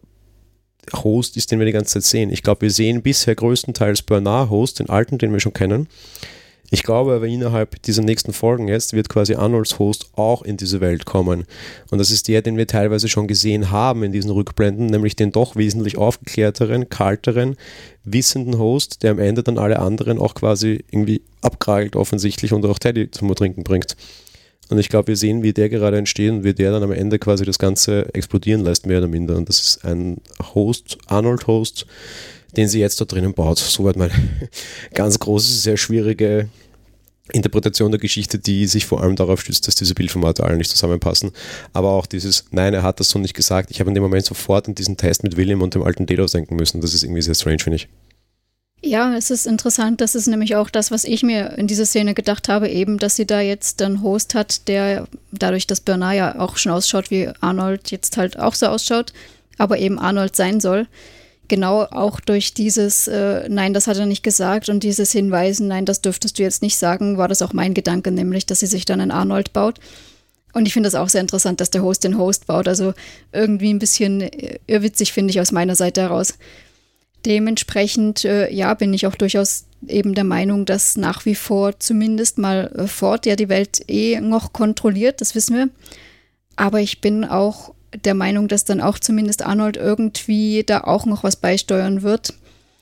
Host ist, den wir die ganze Zeit sehen. Ich glaube, wir sehen bisher größtenteils Bernard-Host, den alten, den wir schon kennen. Ich glaube aber, innerhalb dieser nächsten Folgen jetzt wird quasi Arnolds Host auch in diese Welt kommen. Und das ist der, den wir teilweise schon gesehen haben in diesen Rückblenden, nämlich den doch wesentlich aufgeklärteren, kalteren, wissenden Host, der am Ende dann alle anderen auch quasi irgendwie abkragelt offensichtlich und auch Teddy zum Trinken bringt. Und ich glaube, wir sehen, wie der gerade entsteht und wie der dann am Ende quasi das Ganze explodieren lässt, mehr oder minder. Und das ist ein Host, Arnold-Host, den sie jetzt da drinnen baut. Soweit meine ganz große, sehr schwierige Interpretation der Geschichte, die sich vor allem darauf stützt, dass diese Bildformate alle nicht zusammenpassen. Aber auch dieses, nein, er hat das so nicht gesagt. Ich habe in dem Moment sofort an diesen Test mit William und dem alten Delos denken müssen. Das ist irgendwie sehr strange, finde ich. Ja, es ist interessant, das ist nämlich auch das, was ich mir in dieser Szene gedacht habe, eben, dass sie da jetzt einen Host hat, der dadurch, dass Bernard ja auch schon ausschaut, wie Arnold jetzt halt auch so ausschaut, aber eben Arnold sein soll. genau auch durch dieses äh, Nein, das hat er nicht gesagt und dieses Hinweisen, nein, das dürftest du jetzt nicht sagen, war das auch mein Gedanke, nämlich, dass sie sich dann einen Arnold baut. Und ich finde das auch sehr interessant, dass der Host den Host baut. Also irgendwie ein bisschen irrwitzig, finde ich, aus meiner Seite heraus. Dementsprechend, äh, ja, bin ich auch durchaus eben der Meinung, dass nach wie vor zumindest mal äh, Ford ja die Welt eh noch kontrolliert, das wissen wir. Aber ich bin auch der Meinung, dass dann auch zumindest Arnold irgendwie da auch noch was beisteuern wird.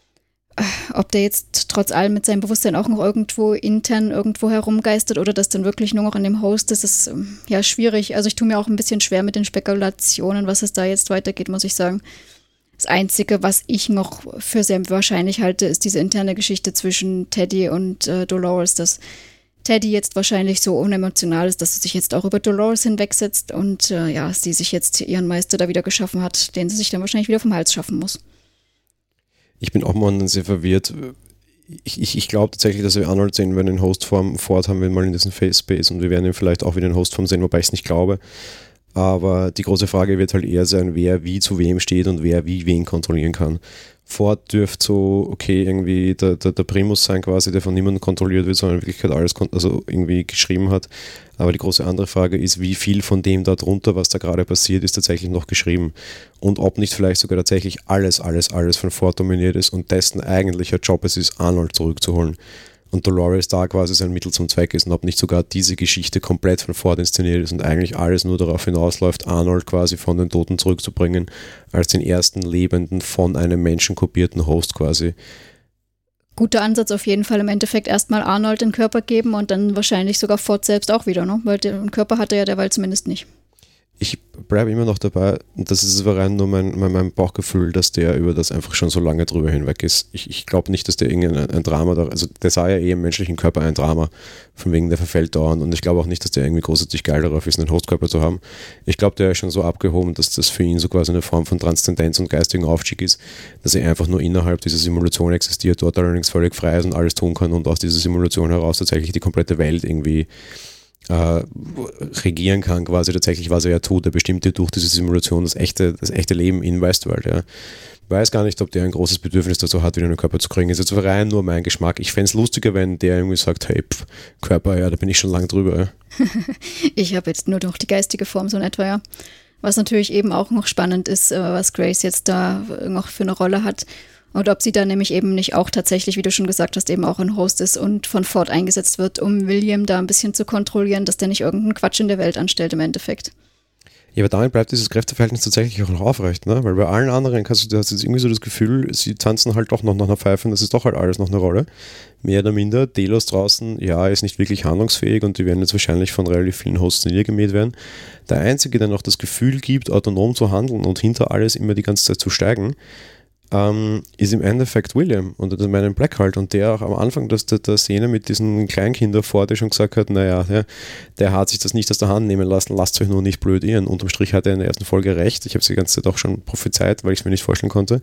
Ob der jetzt trotz allem mit seinem Bewusstsein auch noch irgendwo intern irgendwo herumgeistert oder das dann wirklich nur noch in dem Host ist, ist ja schwierig. Also ich tue mir auch ein bisschen schwer mit den Spekulationen, was es da jetzt weitergeht, muss ich sagen. Das Einzige, was ich noch für sehr wahrscheinlich halte, ist diese interne Geschichte zwischen Teddy und äh, Dolores, dass Teddy jetzt wahrscheinlich so unemotional ist, dass sie sich jetzt auch über Dolores hinwegsetzt und äh, ja, sie sich jetzt ihren Meister da wieder geschaffen hat, den sie sich dann wahrscheinlich wieder vom Hals schaffen muss. Ich bin auch mal sehr verwirrt. Ich, ich, ich glaube tatsächlich, dass wir Arnold sehen, wenn wir einen Hostform Ford haben, wir mal in diesem Face Space und wir werden ihn vielleicht auch wieder in Hostform sehen, wobei ich es nicht glaube. Aber die große Frage wird halt eher sein, wer wie zu wem steht und wer wie wen kontrollieren kann. Ford dürfte so, okay, irgendwie der, der, der Primus sein quasi, der von niemandem kontrolliert wird, sondern in Wirklichkeit alles also irgendwie geschrieben hat. Aber die große andere Frage ist, wie viel von dem da drunter, was da gerade passiert, ist tatsächlich noch geschrieben. Und ob nicht vielleicht sogar tatsächlich alles, alles, alles von Ford dominiert ist und dessen eigentlicher Job es ist, Arnold zurückzuholen. Und Dolores da quasi sein Mittel zum Zweck ist und ob nicht sogar diese Geschichte komplett von Ford inszeniert ist und eigentlich alles nur darauf hinausläuft, Arnold quasi von den Toten zurückzubringen, als den ersten lebenden, von einem Menschen kopierten Host quasi. Guter Ansatz auf jeden Fall, im Endeffekt erstmal Arnold den Körper geben und dann wahrscheinlich sogar Ford selbst auch wieder, ne? Weil den Körper hat er ja derweil zumindest nicht. Ich bleibe immer noch dabei, und das ist aber rein nur mein, mein, mein Bauchgefühl, dass der über das einfach schon so lange drüber hinweg ist. Ich, ich glaube nicht, dass der irgendein ein Drama, da, also der sah ja eh im menschlichen Körper ein Drama, von wegen der verfällt dauernd, und ich glaube auch nicht, dass der irgendwie großartig geil darauf ist, einen Hostkörper zu haben. Ich glaube, der ist schon so abgehoben, dass das für ihn so quasi eine Form von Transzendenz und geistigen Aufstieg ist, dass er einfach nur innerhalb dieser Simulation existiert, dort allerdings völlig frei ist und alles tun kann und aus dieser Simulation heraus tatsächlich die komplette Welt irgendwie Äh, regieren kann, quasi tatsächlich, was er ja tut. Er bestimmt ja durch diese Simulation das echte, das echte Leben in Westworld. Ja. Ich weiß gar nicht, ob der ein großes Bedürfnis dazu hat, wieder einen Körper zu kriegen. Das ist jetzt rein nur mein Geschmack. Ich fände es lustiger, wenn der irgendwie sagt, hey, pff, Körper, ja, da bin ich schon lange drüber. Ja. Ich habe jetzt nur noch die geistige Form, so in etwa, ja. Was natürlich eben auch noch spannend ist, was Grace jetzt da noch für eine Rolle hat. Und ob sie da nämlich eben nicht auch tatsächlich, wie du schon gesagt hast, eben auch ein Host ist und von Ford eingesetzt wird, um William da ein bisschen zu kontrollieren, dass der nicht irgendeinen Quatsch in der Welt anstellt im Endeffekt. Ja, aber damit bleibt dieses Kräfteverhältnis tatsächlich auch noch aufrecht, ne? Weil bei allen anderen kannst du, du hast jetzt irgendwie so das Gefühl, sie tanzen halt doch noch nach einer Pfeife und das ist doch halt alles noch eine Rolle. Mehr oder minder. Delos draußen, ja, ist nicht wirklich handlungsfähig und die werden jetzt wahrscheinlich von relativ vielen Hosts niedergemäht werden. Der Einzige, der noch das Gefühl gibt, autonom zu handeln und hinter alles immer die ganze Zeit zu steigen, Ähm, ist im Endeffekt William und das meinen Black halt und der auch am Anfang des, der, der Szene mit diesen Kleinkindern vor, der schon gesagt hat, naja, der, der hat sich das nicht aus der Hand nehmen lassen, lasst euch nur nicht blöd irren. Unterm Strich hat er in der ersten Folge recht, ich habe es die ganze Zeit auch schon prophezeit, weil ich es mir nicht vorstellen konnte.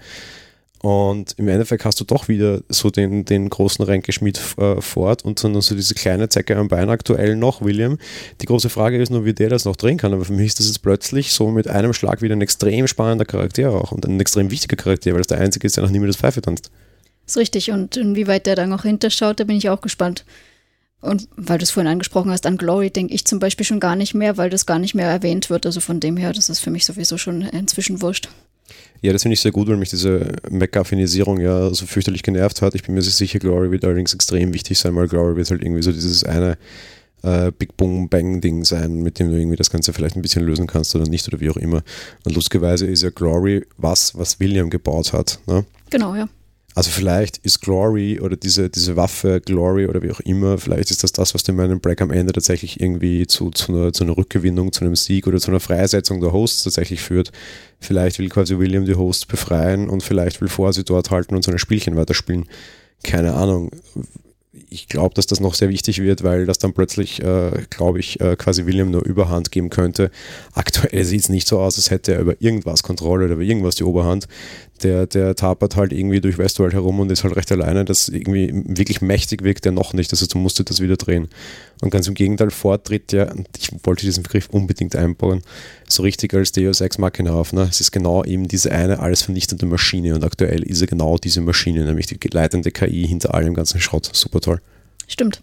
Und im Endeffekt hast du doch wieder so den, den großen Ränkeschmied äh, fort und dann so diese kleine Zecke am Bein aktuell noch, William. Die große Frage ist nur, wie der das noch drehen kann, aber für mich ist das jetzt plötzlich so mit einem Schlag wieder ein extrem spannender Charakter auch und ein extrem wichtiger Charakter, weil das der einzige ist, der noch nie mehr das Pfeife tanzt. Das ist richtig und inwieweit der da noch hinterschaut, da bin ich auch gespannt. Und weil du es vorhin angesprochen hast, an Glory denke ich zum Beispiel schon gar nicht mehr, weil das gar nicht mehr erwähnt wird, also von dem her, das ist für mich sowieso schon inzwischen wurscht. Ja, das finde ich sehr gut, weil mich diese MacGuffinisierung ja so fürchterlich genervt hat. Ich bin mir sicher, Glory wird allerdings extrem wichtig sein, weil Glory wird halt irgendwie so dieses eine äh, Big Boom Bang Ding sein, mit dem du irgendwie das Ganze vielleicht ein bisschen lösen kannst oder nicht oder wie auch immer. Und lustigerweise ist ja Glory was, was William gebaut hat. Ne? Genau, ja. Also vielleicht ist Glory oder diese, diese Waffe Glory oder wie auch immer, vielleicht ist das das, was den Man in Black am Ende tatsächlich irgendwie zu, zu, einer, zu einer Rückgewinnung, zu einem Sieg oder zu einer Freisetzung der Hosts tatsächlich führt. Vielleicht will quasi William die Hosts befreien und vielleicht will Ford sie dort halten und so ein Spielchen weiterspielen. Keine Ahnung. ich glaube, dass das noch sehr wichtig wird, weil das dann plötzlich, äh, glaube ich, äh, quasi William nur Überhand geben könnte. Aktuell sieht es nicht so aus, als hätte er über irgendwas Kontrolle oder über irgendwas die Oberhand. Der, der tapert halt irgendwie durch Westworld herum und ist halt recht alleine, das irgendwie wirklich mächtig wirkt er noch nicht, also du musst das wieder drehen. Und ganz im Gegenteil, Ford tritt ja, und ich wollte diesen Begriff unbedingt einbauen, so richtig als Deus Ex Machina auf. Ne? Es ist genau eben diese eine alles vernichtende Maschine und aktuell ist er genau diese Maschine, nämlich die leitende K I hinter allem ganzen Schrott. Super toll. Stimmt.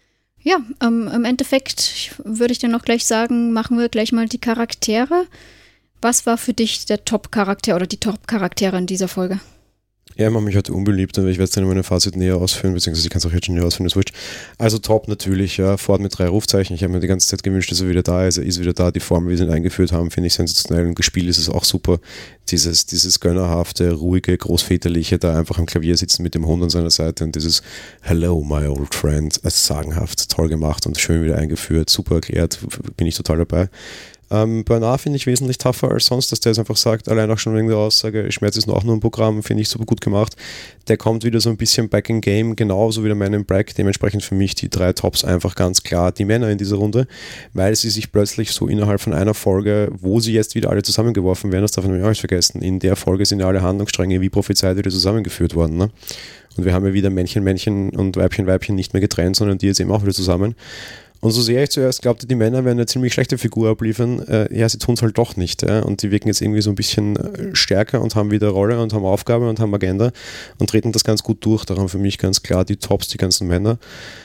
Ja, ähm, im Endeffekt würde ich dir noch gleich sagen, machen wir gleich mal die Charaktere. Was war für dich der Top-Charakter oder die Top-Charaktere in dieser Folge? Ja, ich mache mich heute unbeliebt, aber ich werde es dann in meinem Fazit näher ausführen, beziehungsweise ich kann es auch jetzt schon näher ausführen, das wurscht. Also Top natürlich, ja, Ford mit drei Rufzeichen. Ich habe mir die ganze Zeit gewünscht, dass er wieder da ist. Er ist wieder da. Die Form, wie sie ihn eingeführt haben, finde ich sensationell. Und gespielt ist es auch super. Dieses, dieses gönnerhafte, ruhige, großväterliche, da einfach am Klavier sitzen mit dem Hund an seiner Seite und dieses Hello, my old friend, als sagenhaft, toll gemacht und schön wieder eingeführt, super erklärt, bin ich total dabei. Ähm, Bernard finde ich wesentlich tougher als sonst, dass der es einfach sagt, allein auch schon wegen der Aussage, Schmerz ist nur auch nur ein Programm, finde ich super gut gemacht. Der kommt wieder so ein bisschen back in game, genauso wie der Man in Black, dementsprechend für mich die drei Tops einfach ganz klar die Männer in dieser Runde, weil sie sich plötzlich so innerhalb von einer Folge, wo sie jetzt wieder alle zusammengeworfen werden, das darf man auch nicht vergessen, in der Folge sind ja alle Handlungsstränge wie prophezeit wieder zusammengeführt worden. Ne? Und wir haben ja wieder Männchen, Männchen und Weibchen, Weibchen nicht mehr getrennt, sondern die jetzt eben auch wieder zusammen. Und so sehr ich zuerst glaubte, die Männer werden eine ziemlich schlechte Figur abliefern, äh, ja, sie tun es halt doch nicht. Ja? Und die wirken jetzt irgendwie so ein bisschen stärker und haben wieder Rolle und haben Aufgabe und haben Agenda und treten das ganz gut durch. Daran für mich ganz klar die Tops, die ganzen Männer.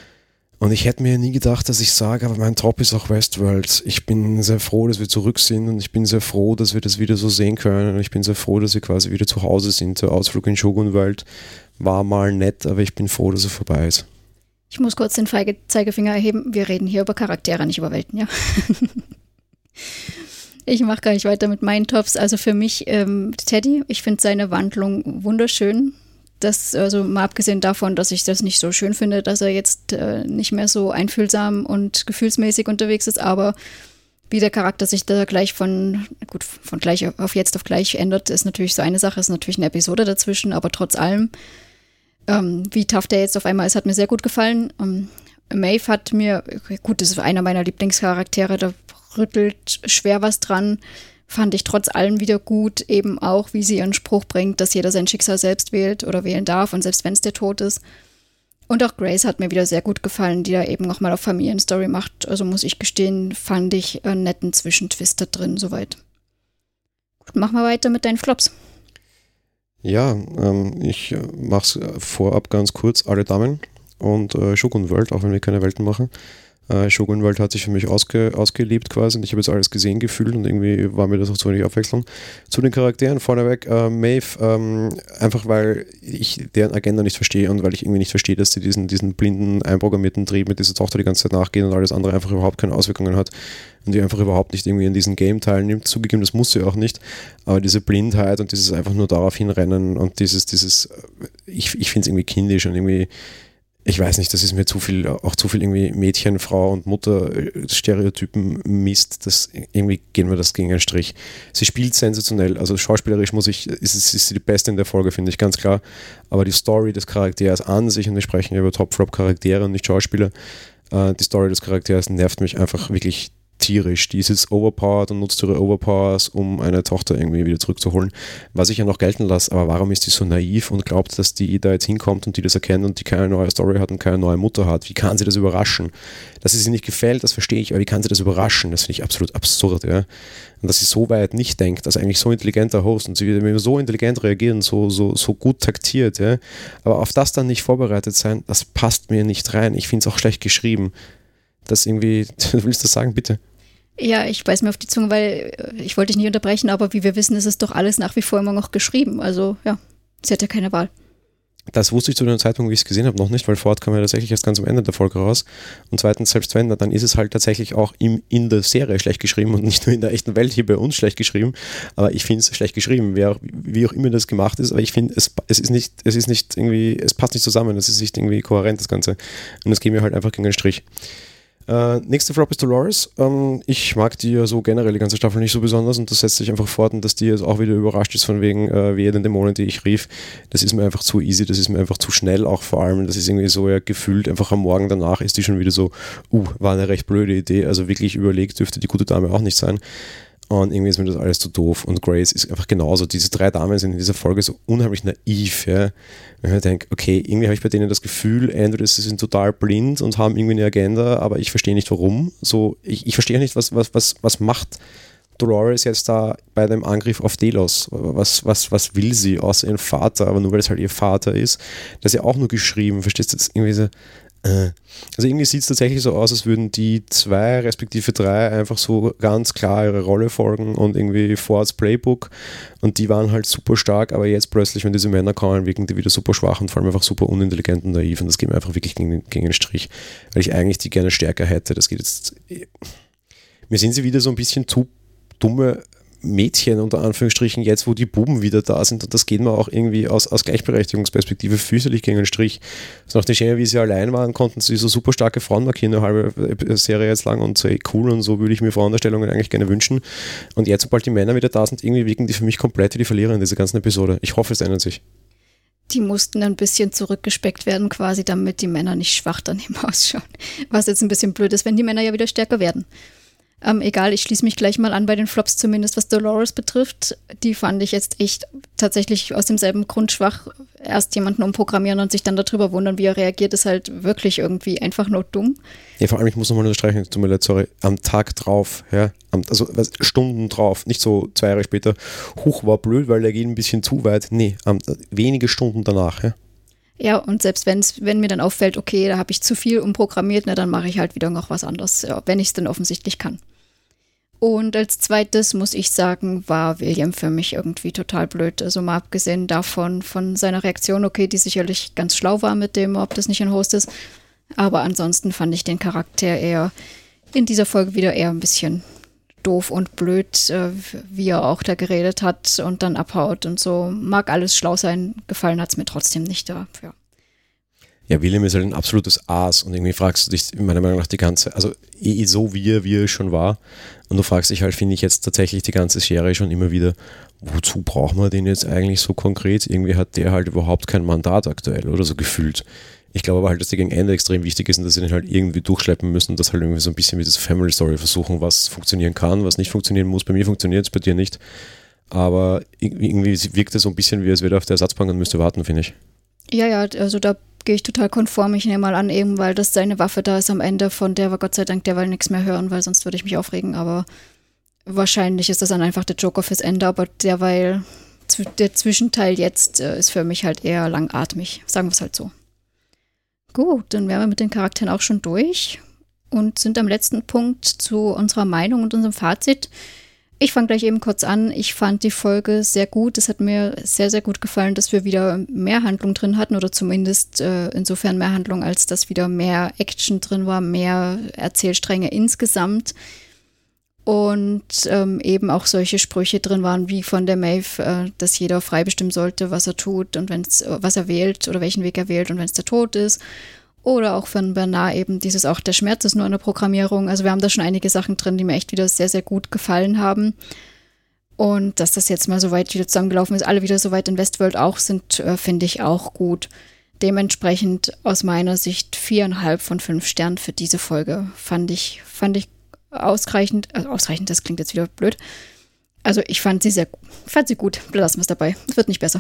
Und ich hätte mir nie gedacht, dass ich sage, aber mein Top ist auch Westworld. Ich bin sehr froh, dass wir zurück sind und ich bin sehr froh, dass wir das wieder so sehen können. Und ich bin sehr froh, dass wir quasi wieder zu Hause sind. Der Ausflug in Shogun-Welt war mal nett, aber ich bin froh, dass er vorbei ist. Ich muss kurz den Feige- Zeigefinger erheben. Wir reden hier über Charaktere, nicht über Welten, ja. Ich mache gar nicht weiter mit meinen Tops. Also für mich ähm, Teddy, ich finde seine Wandlung wunderschön. Das, also mal abgesehen davon, dass ich das nicht so schön finde, dass er jetzt äh, nicht mehr so einfühlsam und gefühlsmäßig unterwegs ist, aber wie der Charakter sich da gleich von, gut, von gleich auf jetzt auf gleich ändert, ist natürlich so eine Sache, ist natürlich eine Episode dazwischen, aber trotz allem Ähm, wie tough der jetzt auf einmal ist, hat mir sehr gut gefallen. Ähm, Maeve hat mir, gut, das ist einer meiner Lieblingscharaktere, da rüttelt schwer was dran, fand ich trotz allem wieder gut, eben auch, wie sie ihren Spruch bringt, dass jeder sein Schicksal selbst wählt oder wählen darf und selbst wenn es der Tod ist. Und auch Grace hat mir wieder sehr gut gefallen, die da eben nochmal auf Familienstory macht. Also muss ich gestehen, fand ich einen netten Zwischentwist da drin, soweit. Gut, machen wir weiter mit deinen Flops. Ja, ähm, ich mache es vorab ganz kurz, alle Damen und äh, Shogun World, auch wenn wir keine Welten machen. Äh, Shogun World hat sich für mich ausge, ausgelebt quasi und ich habe jetzt alles gesehen, gefühlt und irgendwie war mir das auch zu wenig Abwechslung. Zu den Charakteren vorneweg, äh, Maeve, ähm, einfach weil ich deren Agenda nicht verstehe und weil ich irgendwie nicht verstehe, dass sie diesen, diesen blinden, einprogrammierten Trieb mit dieser Tochter die ganze Zeit nachgehen und alles andere einfach überhaupt keine Auswirkungen hat. Und die einfach überhaupt nicht irgendwie in diesem Game teilnimmt. Zugegeben, das muss sie auch nicht. Aber diese Blindheit und dieses einfach nur darauf hinrennen und dieses, dieses, ich, ich finde es irgendwie kindisch und irgendwie, ich weiß nicht, das ist mir zu viel, auch zu viel irgendwie Mädchen, Frau und Mutter Stereotypen Mist. Das, irgendwie gehen wir das gegen einen Strich. Sie spielt sensationell, also schauspielerisch muss ich, ist, ist, ist sie die Beste in der Folge, finde ich, ganz klar. Aber die Story des Charakters an sich, und wir sprechen über Top-Flop-Charaktere und nicht Schauspieler, äh, die Story des Charakters nervt mich einfach wirklich tierisch. Die ist jetzt overpowered und nutzt ihre Overpowers, um eine Tochter irgendwie wieder zurückzuholen, was ich ja noch gelten lasse, aber warum ist die so naiv und glaubt, dass die da jetzt hinkommt und die das erkennt und die keine neue Story hat und keine neue Mutter hat? Wie kann sie das überraschen? Dass es ihr nicht gefällt, das verstehe ich, aber wie kann sie das überraschen? Das finde ich absolut absurd, ja. Und dass sie so weit nicht denkt, dass eigentlich so intelligenter Host und sie wieder so intelligent reagieren, so, so, so gut taktiert, ja. Aber auf das dann nicht vorbereitet sein, das passt mir nicht rein. Ich finde es auch schlecht geschrieben. Das irgendwie, willst du das sagen, bitte? Ja, ich beiß mir auf die Zunge, weil ich wollte dich nicht unterbrechen, aber wie wir wissen, ist es doch alles nach wie vor immer noch geschrieben. Also ja, sie hat ja keine Wahl. Das wusste ich zu dem Zeitpunkt, wie ich es gesehen habe, noch nicht, weil Ford kam ja tatsächlich erst ganz am Ende der Folge raus. Und zweitens, selbst wenn, dann ist es halt tatsächlich auch im, in der Serie schlecht geschrieben und nicht nur in der echten Welt hier bei uns schlecht geschrieben. Aber ich finde es schlecht geschrieben, wie auch, wie auch immer das gemacht ist. Aber ich finde, es, es ist nicht, es ist nicht irgendwie, es passt nicht zusammen, es ist nicht irgendwie kohärent, das Ganze. Und das geht mir halt einfach gegen den Strich. Äh, nächste Flop ist Dolores. Ähm, ich mag die ja so generell, die ganze Staffel nicht so besonders und das setzt sich einfach fort und dass die jetzt auch wieder überrascht ist von wegen äh, wehe den Dämonen, die ich rief. Das ist mir einfach zu easy, das ist mir einfach zu schnell auch vor allem. Das ist irgendwie so ja gefühlt, einfach am Morgen danach ist die schon wieder so, uh, war eine recht blöde Idee, also wirklich überlegt dürfte die gute Dame auch nicht sein. Und irgendwie ist mir das alles zu doof. Und Grace ist einfach genauso. Diese drei Damen sind in dieser Folge so unheimlich naiv. Ja. Wenn ich denke, okay, irgendwie habe ich bei denen das Gefühl, entweder sie sind total blind und haben irgendwie eine Agenda, aber ich verstehe nicht warum. So, ich, ich verstehe nicht, was, was, was, was macht Dolores jetzt da bei dem Angriff auf Delos? Was, was, was will sie außer ihren Vater? Aber nur weil es halt ihr Vater ist. Das ist ja auch nur geschrieben. Verstehst du das irgendwie so? Also irgendwie sieht es tatsächlich so aus, als würden die zwei respektive drei einfach so ganz klar ihre Rolle folgen und irgendwie Fords Playbook und die waren halt super stark, aber jetzt plötzlich, wenn diese Männer kommen, wirken die wieder super schwach und vor allem einfach super unintelligent und naiv und das geht mir einfach wirklich gegen, gegen den Strich, weil ich eigentlich die gerne stärker hätte. Das geht jetzt, mir sind sie wieder so ein bisschen zu dumme Mädchen unter Anführungsstrichen jetzt, wo die Buben wieder da sind und das geht mir auch irgendwie aus, aus Gleichberechtigungsperspektive fürchterlich gegen den Strich. Also nach den Schema, wie sie allein waren, konnten sie so super starke Frauen markieren, eine halbe Serie jetzt lang und so ey, cool und so würde ich mir Frauendarstellungen eigentlich gerne wünschen. Und jetzt, sobald die Männer wieder da sind, irgendwie wirken die für mich komplett wie die Verlierer in dieser ganzen Episode. Ich hoffe, es ändert sich. Die mussten ein bisschen zurückgespeckt werden quasi, damit die Männer nicht schwach daneben ausschauen. Was jetzt ein bisschen blöd ist, wenn die Männer ja wieder stärker werden. Ähm, egal, ich schließe mich gleich mal an bei den Flops, zumindest was Dolores betrifft. Die fand ich jetzt echt tatsächlich aus demselben Grund schwach. Erst jemanden umprogrammieren und sich dann darüber wundern, wie er reagiert, ist halt wirklich irgendwie einfach nur dumm. Ja, vor allem, ich muss nochmal unterstreichen, tut mir leid, sorry, am Tag drauf, ja, am, also was, Stunden drauf, nicht so zwei Jahre später, huch, war blöd, weil der geht ein bisschen zu weit. Nee, am, wenige Stunden danach, ja. Ja, und selbst wenn's, wenn mir dann auffällt, okay, da habe ich zu viel umprogrammiert, na, dann mache ich halt wieder noch was anderes, ja, wenn ich es denn offensichtlich kann. Und als zweites muss ich sagen, war William für mich irgendwie total blöd. Also mal abgesehen davon, von seiner Reaktion, okay, die sicherlich ganz schlau war mit dem, ob das nicht ein Host ist. Aber ansonsten fand ich den Charakter eher in dieser Folge wieder eher ein bisschen doof und blöd, äh, wie er auch da geredet hat und dann abhaut und so. Mag alles schlau sein, gefallen hat es mir trotzdem nicht da. Ja. Ja, William ist halt ein absolutes Aas und irgendwie fragst du dich meiner Meinung nach die ganze, also eh so wie er, wie er schon war und du fragst dich halt, finde ich jetzt tatsächlich die ganze Serie schon immer wieder, wozu braucht man den jetzt eigentlich so konkret? Irgendwie hat der halt überhaupt kein Mandat aktuell oder so gefühlt. Ich glaube aber halt, dass der gegen Ende extrem wichtig ist und dass sie den halt irgendwie durchschleppen müssen und das halt irgendwie so ein bisschen wie das Family Story versuchen, was funktionieren kann, was nicht funktionieren muss. Bei mir funktioniert es, bei dir nicht. Aber irgendwie wirkt es so ein bisschen, wie als wäre er auf der Ersatzbank und müsste warten, finde ich. Ja, ja, also da gehe ich total konform. Ich nehme mal an, eben weil das seine Waffe da ist am Ende, von der wir Gott sei Dank derweil nichts mehr hören, weil sonst würde ich mich aufregen. Aber wahrscheinlich ist das dann einfach der Joker fürs Ende, aber derweil der Zwischenteil jetzt äh, ist für mich halt eher langatmig. Sagen wir es halt so. Gut, dann wären wir mit den Charakteren auch schon durch und sind am letzten Punkt zu unserer Meinung und unserem Fazit. Ich fange gleich eben kurz an. Ich fand die Folge sehr gut. Es hat mir sehr, sehr gut gefallen, dass wir wieder mehr Handlung drin hatten oder zumindest äh, insofern mehr Handlung, als dass wieder mehr Action drin war, mehr Erzählstränge insgesamt. Und ähm, eben auch solche Sprüche drin waren wie von der Maeve, äh, dass jeder frei bestimmen sollte, was er tut und wenn's, was er wählt oder welchen Weg er wählt und wenn es der Tod ist. Oder auch von Bernard eben dieses auch, der Schmerz ist nur eine Programmierung. Also wir haben da schon einige Sachen drin, die mir echt wieder sehr, sehr gut gefallen haben. Und dass das jetzt mal so weit wieder zusammengelaufen ist, alle wieder so weit in Westworld auch sind, äh, finde ich auch gut. Dementsprechend aus meiner Sicht viereinhalb von fünf Sternen für diese Folge. Fand ich, fand ich ausreichend, also ausreichend, das klingt jetzt wieder blöd. Also ich fand sie sehr gut, fand sie gut, lassen wir es dabei. Es wird nicht besser.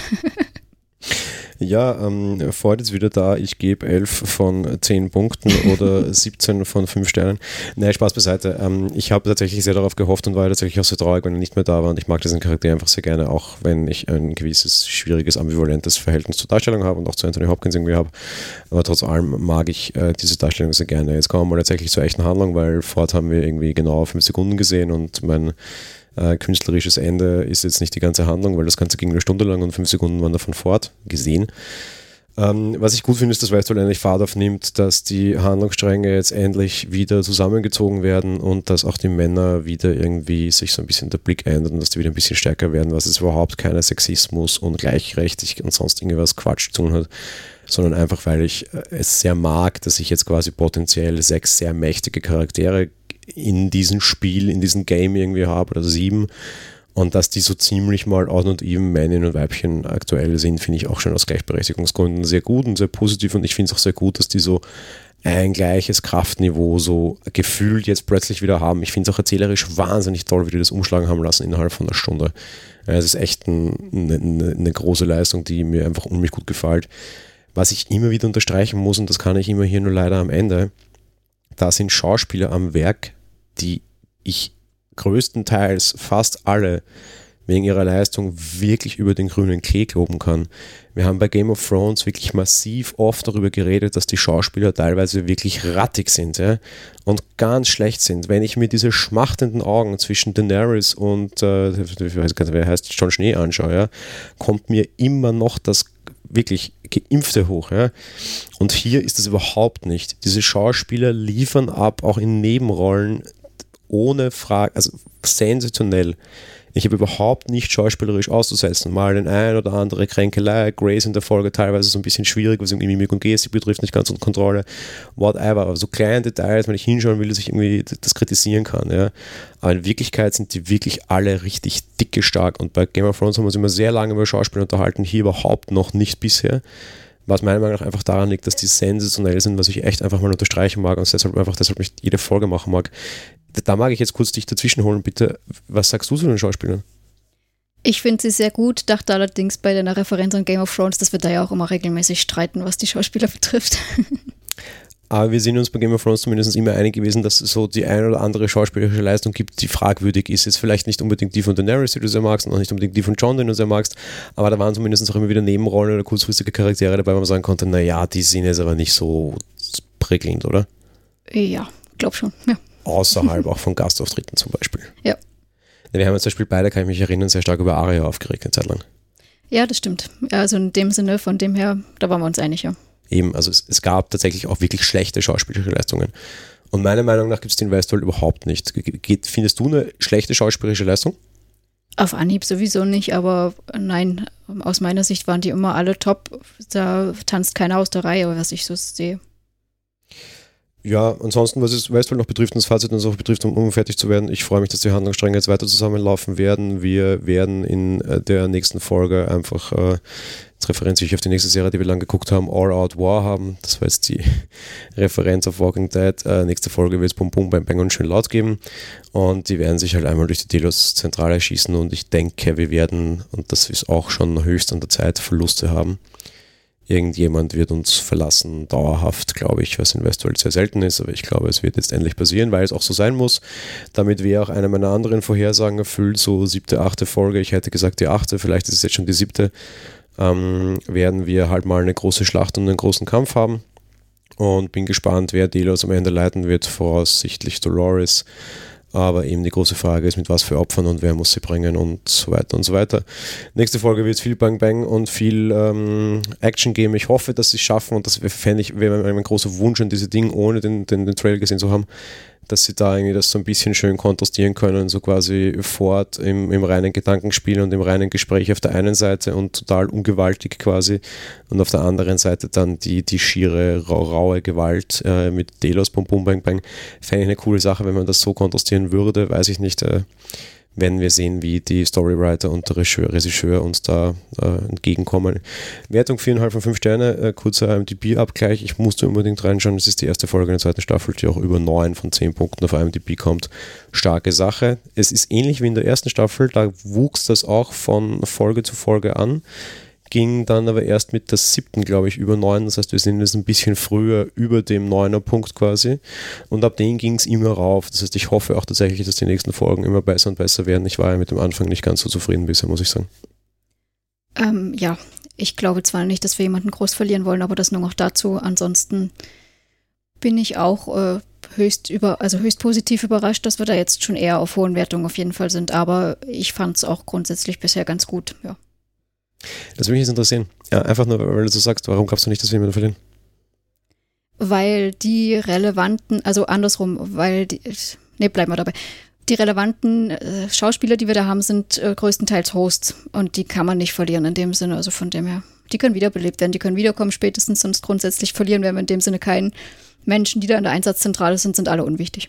Ja, ähm, Ford ist wieder da. Ich gebe elf von zehn Punkten oder siebzehn von fünf Sternen. Nein, Spaß beiseite. Ähm, ich habe tatsächlich sehr darauf gehofft und war tatsächlich auch sehr traurig, wenn er nicht mehr da war. Und ich mag diesen Charakter einfach sehr gerne, auch wenn ich ein gewisses, schwieriges, ambivalentes Verhältnis zur Darstellung habe und auch zu Anthony Hopkins irgendwie habe. Aber trotz allem mag ich äh, diese Darstellung sehr gerne. Jetzt kommen wir mal tatsächlich zur echten Handlung, weil Ford haben wir irgendwie genau fünf Sekunden gesehen und mein Äh, künstlerisches Ende ist jetzt nicht die ganze Handlung, weil das Ganze ging eine Stunde lang und fünf Sekunden waren davon fort, gesehen. Ähm, was ich gut finde, ist, dass Westworld endlich Fahrt aufnimmt, dass die Handlungsstränge jetzt endlich wieder zusammengezogen werden und dass auch die Männer wieder irgendwie sich so ein bisschen der Blick ändert und dass die wieder ein bisschen stärker werden, was es überhaupt keiner Sexismus und Gleichrecht und sonst irgendwas Quatsch zu tun hat, sondern einfach, weil ich es sehr mag, dass ich jetzt quasi potenziell sechs sehr mächtige Charaktere in diesem Spiel, in diesem Game irgendwie habe oder sieben und dass die so ziemlich mal odd und even Männchen und Weibchen aktuell sind, finde ich auch schon aus Gleichberechtigungsgründen sehr gut und sehr positiv und ich finde es auch sehr gut, dass die so ein gleiches Kraftniveau so gefühlt jetzt plötzlich wieder haben. Ich finde es auch erzählerisch wahnsinnig toll, wie die das umschlagen haben lassen innerhalb von einer Stunde. Es ist echt ein, eine, eine große Leistung, die mir einfach unheimlich gut gefällt. Was ich immer wieder unterstreichen muss, und das kann ich immer hier nur leider am Ende, da sind Schauspieler am Werk, die ich größtenteils fast alle wegen ihrer Leistung wirklich über den grünen Klee loben kann. Wir haben bei Game of Thrones wirklich massiv oft darüber geredet, dass die Schauspieler teilweise wirklich rattig sind, ja, und ganz schlecht sind. Wenn ich mir diese schmachtenden Augen zwischen Daenerys und äh, ich weiß gar nicht, wer heißt, Jon Schnee anschaue, ja, kommt mir immer noch das wirklich Geimpfte hoch. Ja. Und hier ist es überhaupt nicht. Diese Schauspieler liefern ab, auch in Nebenrollen, ohne Frage, also sensationell. Ich habe überhaupt nicht schauspielerisch auszusetzen. Mal den ein oder andere Kränkelei, Grace in der Folge teilweise so ein bisschen schwierig, was irgendwie Mimik und Gestik betrifft, nicht ganz unter Kontrolle, whatever. Aber so kleine Details, wenn ich hinschauen will, dass ich irgendwie das kritisieren kann. Ja. Aber in Wirklichkeit sind die wirklich alle richtig dicke stark. Und bei Game of Thrones haben wir uns immer sehr lange über Schauspieler unterhalten, hier überhaupt noch nicht bisher. Was meiner Meinung nach einfach daran liegt, dass die sensationell sind, was ich echt einfach mal unterstreichen mag und deshalb einfach deshalb nicht jede Folge machen mag. Da mag ich jetzt kurz dich dazwischen holen, bitte. Was sagst du zu den Schauspielern? Ich finde sie sehr gut, dachte allerdings bei deiner Referenz an Game of Thrones, dass wir da ja auch immer regelmäßig streiten, was die Schauspieler betrifft. Aber wir sind uns bei Game of Thrones zumindest immer einig gewesen, dass es so die eine oder andere schauspielerische Leistung gibt, die fragwürdig ist. Jetzt vielleicht nicht unbedingt die von Daenerys, die du sehr magst, und auch nicht unbedingt die von Jon, den du sehr magst, aber da waren zumindest auch immer wieder Nebenrollen oder kurzfristige Charaktere dabei, wo man sagen konnte, naja, die sind jetzt aber nicht so prickelnd, oder? Ja, glaub schon, ja. Außerhalb auch von Gastauftritten zum Beispiel. Ja. Wir haben jetzt zum Beispiel beide, kann ich mich erinnern, sehr stark über Arya aufgeregt eine Zeit lang. Ja, das stimmt. Also in dem Sinne, von dem her, da waren wir uns einig, ja. Eben, also es, es gab tatsächlich auch wirklich schlechte schauspielerische Leistungen. Und meiner Meinung nach gibt es den Westworld überhaupt nicht. Geht, findest du eine schlechte schauspielerische Leistung? Auf Anhieb sowieso nicht, aber nein, aus meiner Sicht waren die immer alle top. Da tanzt keiner aus der Reihe, was ich so sehe. Ja, ansonsten, was es Westworld noch betrifft und das Fazit uns auch betrifft, um, um fertig zu werden, ich freue mich, dass die Handlungsstränge jetzt weiter zusammenlaufen werden. Wir werden in äh, der nächsten Folge einfach, äh, jetzt referenziere ich auf die nächste Serie, die wir lang geguckt haben, All Out War haben. Das war jetzt die Referenz auf Walking Dead. Äh, nächste Folge wird es Bum Bum Bang Bang und schön laut geben. Und die werden sich halt einmal durch die Delos-Zentrale schießen und ich denke, wir werden, und das ist auch schon höchst an der Zeit, Verluste haben. Irgendjemand wird uns verlassen, dauerhaft, glaube ich, was in Westworld sehr selten ist, aber ich glaube, es wird jetzt endlich passieren, weil es auch so sein muss. Damit wäre auch eine meiner anderen Vorhersagen erfüllt, so siebte, achte Folge, ich hätte gesagt die achte, vielleicht ist es jetzt schon die siebte, ähm, werden wir halt mal eine große Schlacht und einen großen Kampf haben und bin gespannt, wer Delos am Ende leiten wird, voraussichtlich Dolores. Aber eben die große Frage ist, mit was für Opfern und wer muss sie bringen und so weiter und so weiter. Nächste Folge wird es viel Bang Bang und viel ähm, Action geben. Ich hoffe, dass sie es schaffen und das fände ich, wäre mein großer Wunsch an diese Dinge, ohne den, den, den Trailer gesehen zu haben, dass sie da irgendwie das so ein bisschen schön kontrastieren können, so quasi fort im, im reinen Gedankenspiel und im reinen Gespräch auf der einen Seite und total ungewaltig quasi und auf der anderen Seite dann die, die schiere, rau, raue Gewalt äh, mit Delos, Bum Bum Bang Bang. Fände ich eine coole Sache, wenn man das so kontrastieren würde, weiß ich nicht, äh, wenn wir sehen, wie die Storywriter und der Regisseur, Regisseur uns da äh, entgegenkommen. Wertung vier Komma fünf von fünf Sterne, äh, kurzer I M D B-Abgleich. Ich musste unbedingt reinschauen, das ist die erste Folge in der zweiten Staffel, die auch über neun von zehn Punkten auf I M D B kommt. Starke Sache. Es ist ähnlich wie in der ersten Staffel, da wuchs das auch von Folge zu Folge an, ging dann aber erst mit der siebten, glaube ich, über neun. Das heißt, wir sind jetzt ein bisschen früher über dem neuner Punkt quasi. Und ab dem ging es immer rauf. Das heißt, ich hoffe auch tatsächlich, dass die nächsten Folgen immer besser und besser werden. Ich war ja mit dem Anfang nicht ganz so zufrieden bisher, muss ich sagen. Ähm, ja, ich glaube zwar nicht, dass wir jemanden groß verlieren wollen, aber das nur noch dazu. Ansonsten bin ich auch äh, höchst über, also höchst positiv überrascht, dass wir da jetzt schon eher auf hohen Wertungen auf jeden Fall sind. Aber ich fand es auch grundsätzlich bisher ganz gut, ja. Das würde mich jetzt interessieren. Ja, einfach nur, weil du so sagst, warum glaubst du nicht, dass wir jemanden verlieren? Weil die relevanten, also andersrum, weil die, ne, bleiben wir dabei. Die relevanten äh, Schauspieler, die wir da haben, sind äh, größtenteils Hosts und die kann man nicht verlieren in dem Sinne. Also von dem her die können wiederbelebt werden, die können wiederkommen spätestens, sonst grundsätzlich verlieren wir in dem Sinne keinen Menschen, die da in der Einsatzzentrale sind, sind alle unwichtig.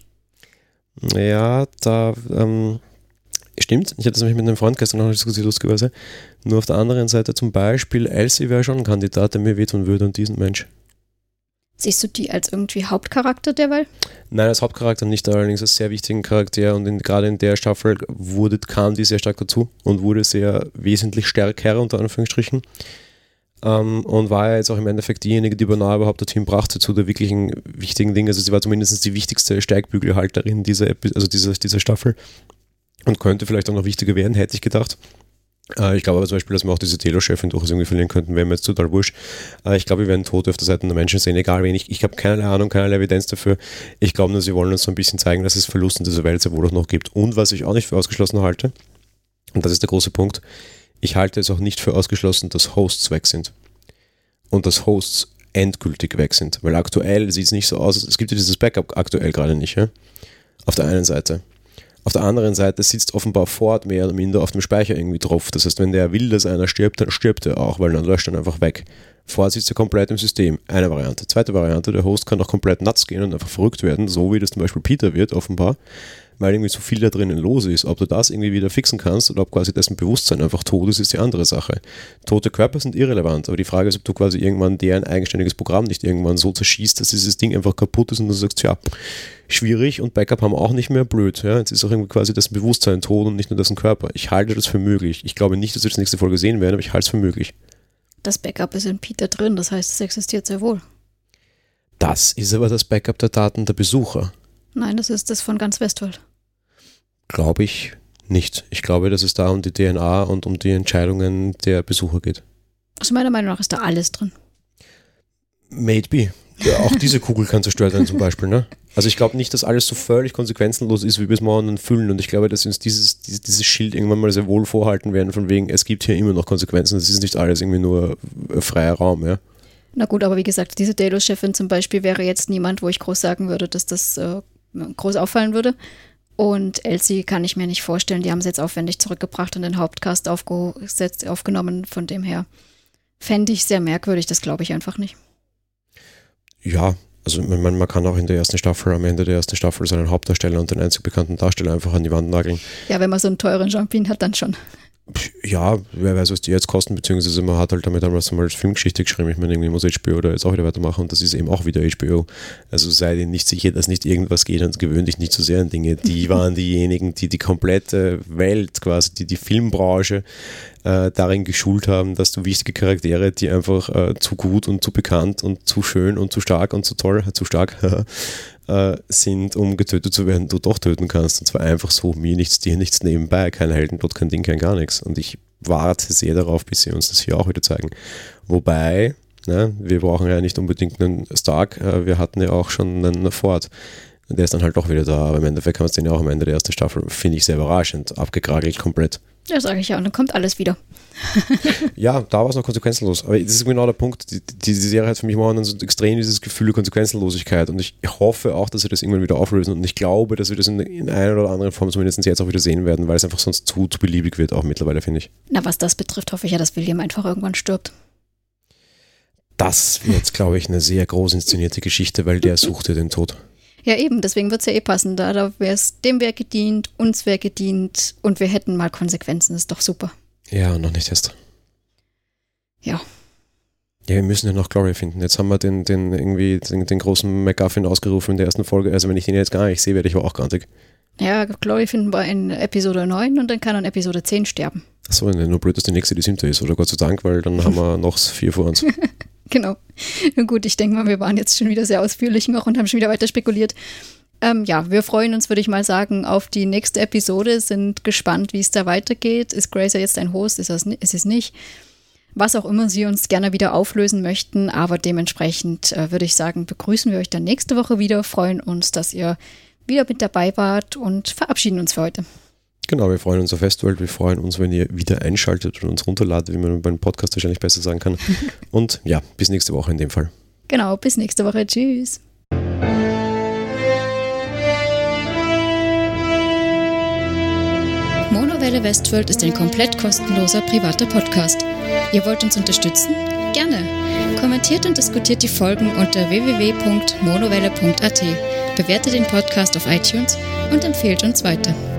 Ja, da ähm, stimmt. Ich hatte das nämlich mit einem Freund gestern noch diskutiert, lustigerweise. Nur auf der anderen Seite zum Beispiel, Elsie wäre schon ein Kandidat, der mir wehtun würde und diesen Mensch. Siehst du die als irgendwie Hauptcharakter derweil? Nein, als Hauptcharakter nicht, allerdings als sehr wichtigen Charakter und in, gerade in der Staffel wurde, kam die sehr stark dazu und wurde sehr wesentlich stärker, unter Anführungsstrichen. Um, und war ja jetzt auch im Endeffekt diejenige, die Bernard überhaupt dorthin brachte zu der wirklichen wichtigen Dinge. Also sie war zumindest die wichtigste Steigbügelhalterin dieser, Epi- also dieser, dieser Staffel und könnte vielleicht auch noch wichtiger werden, hätte ich gedacht. Uh, ich glaube aber zum Beispiel, dass wir auch diese Telo-Chefin durchaus irgendwie verlieren könnten, wäre mir jetzt total wurscht. Uh, ich glaube, wir werden Tote auf der Seite der Menschen sehen, egal wen. Ich, ich habe keine Ahnung, keinerlei Evidenz dafür. Ich glaube nur, sie wollen uns so ein bisschen zeigen, dass es Verlust in dieser Welt sehr wohl auch noch gibt. Und was ich auch nicht für ausgeschlossen halte, und das ist der große Punkt, ich halte es auch nicht für ausgeschlossen, dass Hosts weg sind. Und dass Hosts endgültig weg sind. Weil aktuell sieht es nicht so aus, es gibt ja dieses Backup aktuell gerade nicht. Ja? Auf der einen Seite. Auf der anderen Seite sitzt offenbar Ford mehr oder minder auf dem Speicher irgendwie drauf. Das heißt, wenn der will, dass einer stirbt, dann stirbt er auch, weil dann löscht er einfach weg. Ford sitzt ja komplett im System. Eine Variante. Zweite Variante, der Host kann auch komplett nuts gehen und einfach verrückt werden, so wie das zum Beispiel Peter wird, offenbar. Weil irgendwie so viel da drinnen los ist. Ob du das irgendwie wieder fixen kannst oder ob quasi dessen Bewusstsein einfach tot ist, ist die andere Sache. Tote Körper sind irrelevant, aber die Frage ist, ob du quasi irgendwann deren eigenständiges Programm nicht irgendwann so zerschießt, dass dieses Ding einfach kaputt ist und du sagst, ja, schwierig und Backup haben wir auch nicht mehr, blöd. Ja? Jetzt ist auch irgendwie quasi dessen Bewusstsein tot und nicht nur dessen Körper. Ich halte das für möglich. Ich glaube nicht, dass wir das nächste Folge sehen werden, aber ich halte es für möglich. Das Backup ist in Peter drin, das heißt, es existiert sehr wohl. Das ist aber das Backup der Daten der Besucher. Nein, das ist das von ganz Westworld. Glaube ich nicht. Ich glaube, dass es da um die D N A und um die Entscheidungen der Besucher geht. Also meiner Meinung nach ist da alles drin. Maybe. Ja, auch diese Kugel kann zerstört werden zum Beispiel. Ne? Also ich glaube nicht, dass alles so völlig konsequenzenlos ist, wie wir es morgen fühlen. Und ich glaube, dass wir uns dieses, dieses, dieses Schild irgendwann mal sehr wohl vorhalten werden, von wegen, es gibt hier immer noch Konsequenzen. Es ist nicht alles irgendwie nur freier Raum. Ja? Na gut, aber wie gesagt, diese Delos-Chefin zum Beispiel wäre jetzt niemand, wo ich groß sagen würde, dass das äh, groß auffallen würde. Und Elsie kann ich mir nicht vorstellen, die haben sie jetzt aufwendig zurückgebracht und den Hauptcast aufgesetzt, aufgenommen. Von dem her fände ich sehr merkwürdig, das glaube ich einfach nicht. Ja, also man, man kann auch in der ersten Staffel, am Ende der ersten Staffel seinen Hauptdarsteller und den einzig bekannten Darsteller einfach an die Wand nageln. Ja, wenn man so einen teuren Jean-Pin hat, dann schon. Ja, wer weiß, was die jetzt kosten, beziehungsweise man hat halt damit damals mal Filmgeschichte geschrieben. Ich meine, irgendwie muss H B O da jetzt auch wieder weitermachen und das ist eben auch wieder H B O. Also sei dir nicht sicher, dass nicht irgendwas geht und gewöhn dich nicht zu sehr an Dinge. Die waren diejenigen, die die komplette Welt quasi, die die Filmbranche äh, darin geschult haben, dass du wichtige Charaktere, die einfach äh, zu gut und zu bekannt und zu schön und zu stark und zu toll, zu stark äh, sind, um getötet zu werden, du doch töten kannst. Und zwar einfach so, mir nichts, dir nichts nebenbei, kein Heldentod, kein Ding, kein gar nichts. Und ich warte sehr darauf, bis sie uns das hier auch wieder zeigen. Wobei, ne, wir brauchen ja nicht unbedingt einen Stark, äh, wir hatten ja auch schon einen Ford. Der ist dann halt doch wieder da, aber im Endeffekt haben wir es den ja auch am Ende der ersten Staffel, finde ich sehr überraschend, abgekragelt komplett. Ja, sage ich ja, und dann kommt alles wieder. Ja, da war es noch konsequenzenlos. Aber das ist genau der Punkt. Die, die, die Serie hat für mich momentan so extrem dieses Gefühl der Konsequenzenlosigkeit. Und ich hoffe auch, dass sie das irgendwann wieder auflösen. Und ich glaube, dass wir das in, in einer oder anderen Form zumindest jetzt auch wieder sehen werden, weil es einfach sonst zu, zu beliebig wird, auch mittlerweile, finde ich. Na, was das betrifft, hoffe ich ja, dass William einfach irgendwann stirbt. Das wird, glaube ich, eine sehr groß inszenierte Geschichte, weil der suchte den Tod. Ja, eben, deswegen wird es ja eh passen. Da, da wäre es dem wäre gedient, uns wäre gedient und wir hätten mal Konsequenzen. Das ist doch super. Ja, noch nicht erst. Ja. Ja, wir müssen ja noch Gloria finden. Jetzt haben wir den, den irgendwie den, den großen MacGuffin ausgerufen in der ersten Folge. Also wenn ich den jetzt gar nicht sehe, werde ich aber auch grantig. Ja, Glory finden wir in Episode neun und dann kann er in Episode zehn sterben. Achso, nur blöd, dass die nächste die siebte ist, oder Gott sei Dank, weil dann haben wir noch vier vor uns. Genau. Na gut, ich denke mal, wir waren jetzt schon wieder sehr ausführlich noch und haben schon wieder weiter spekuliert. Ähm, ja, wir freuen uns, würde ich mal sagen, auf die nächste Episode, sind gespannt, wie es da weitergeht. Ist Grazer jetzt ein Host? Ist es, ist es nicht? Was auch immer Sie uns gerne wieder auflösen möchten, aber dementsprechend äh, würde ich sagen, begrüßen wir euch dann nächste Woche wieder, freuen uns, dass ihr wieder mit dabei wart und verabschieden uns für heute. Genau, wir freuen uns auf Westworld, wir freuen uns, wenn ihr wieder einschaltet und uns runterladet, wie man beim Podcast wahrscheinlich besser sagen kann. Und ja, bis nächste Woche in dem Fall. Genau, bis nächste Woche. Tschüss. Monowelle Westworld ist ein komplett kostenloser privater Podcast. Ihr wollt uns unterstützen? Gerne. Kommentiert und diskutiert die Folgen unter w w w punkt monowelle punkt a t, bewertet den Podcast auf iTunes und empfehlt uns weiter.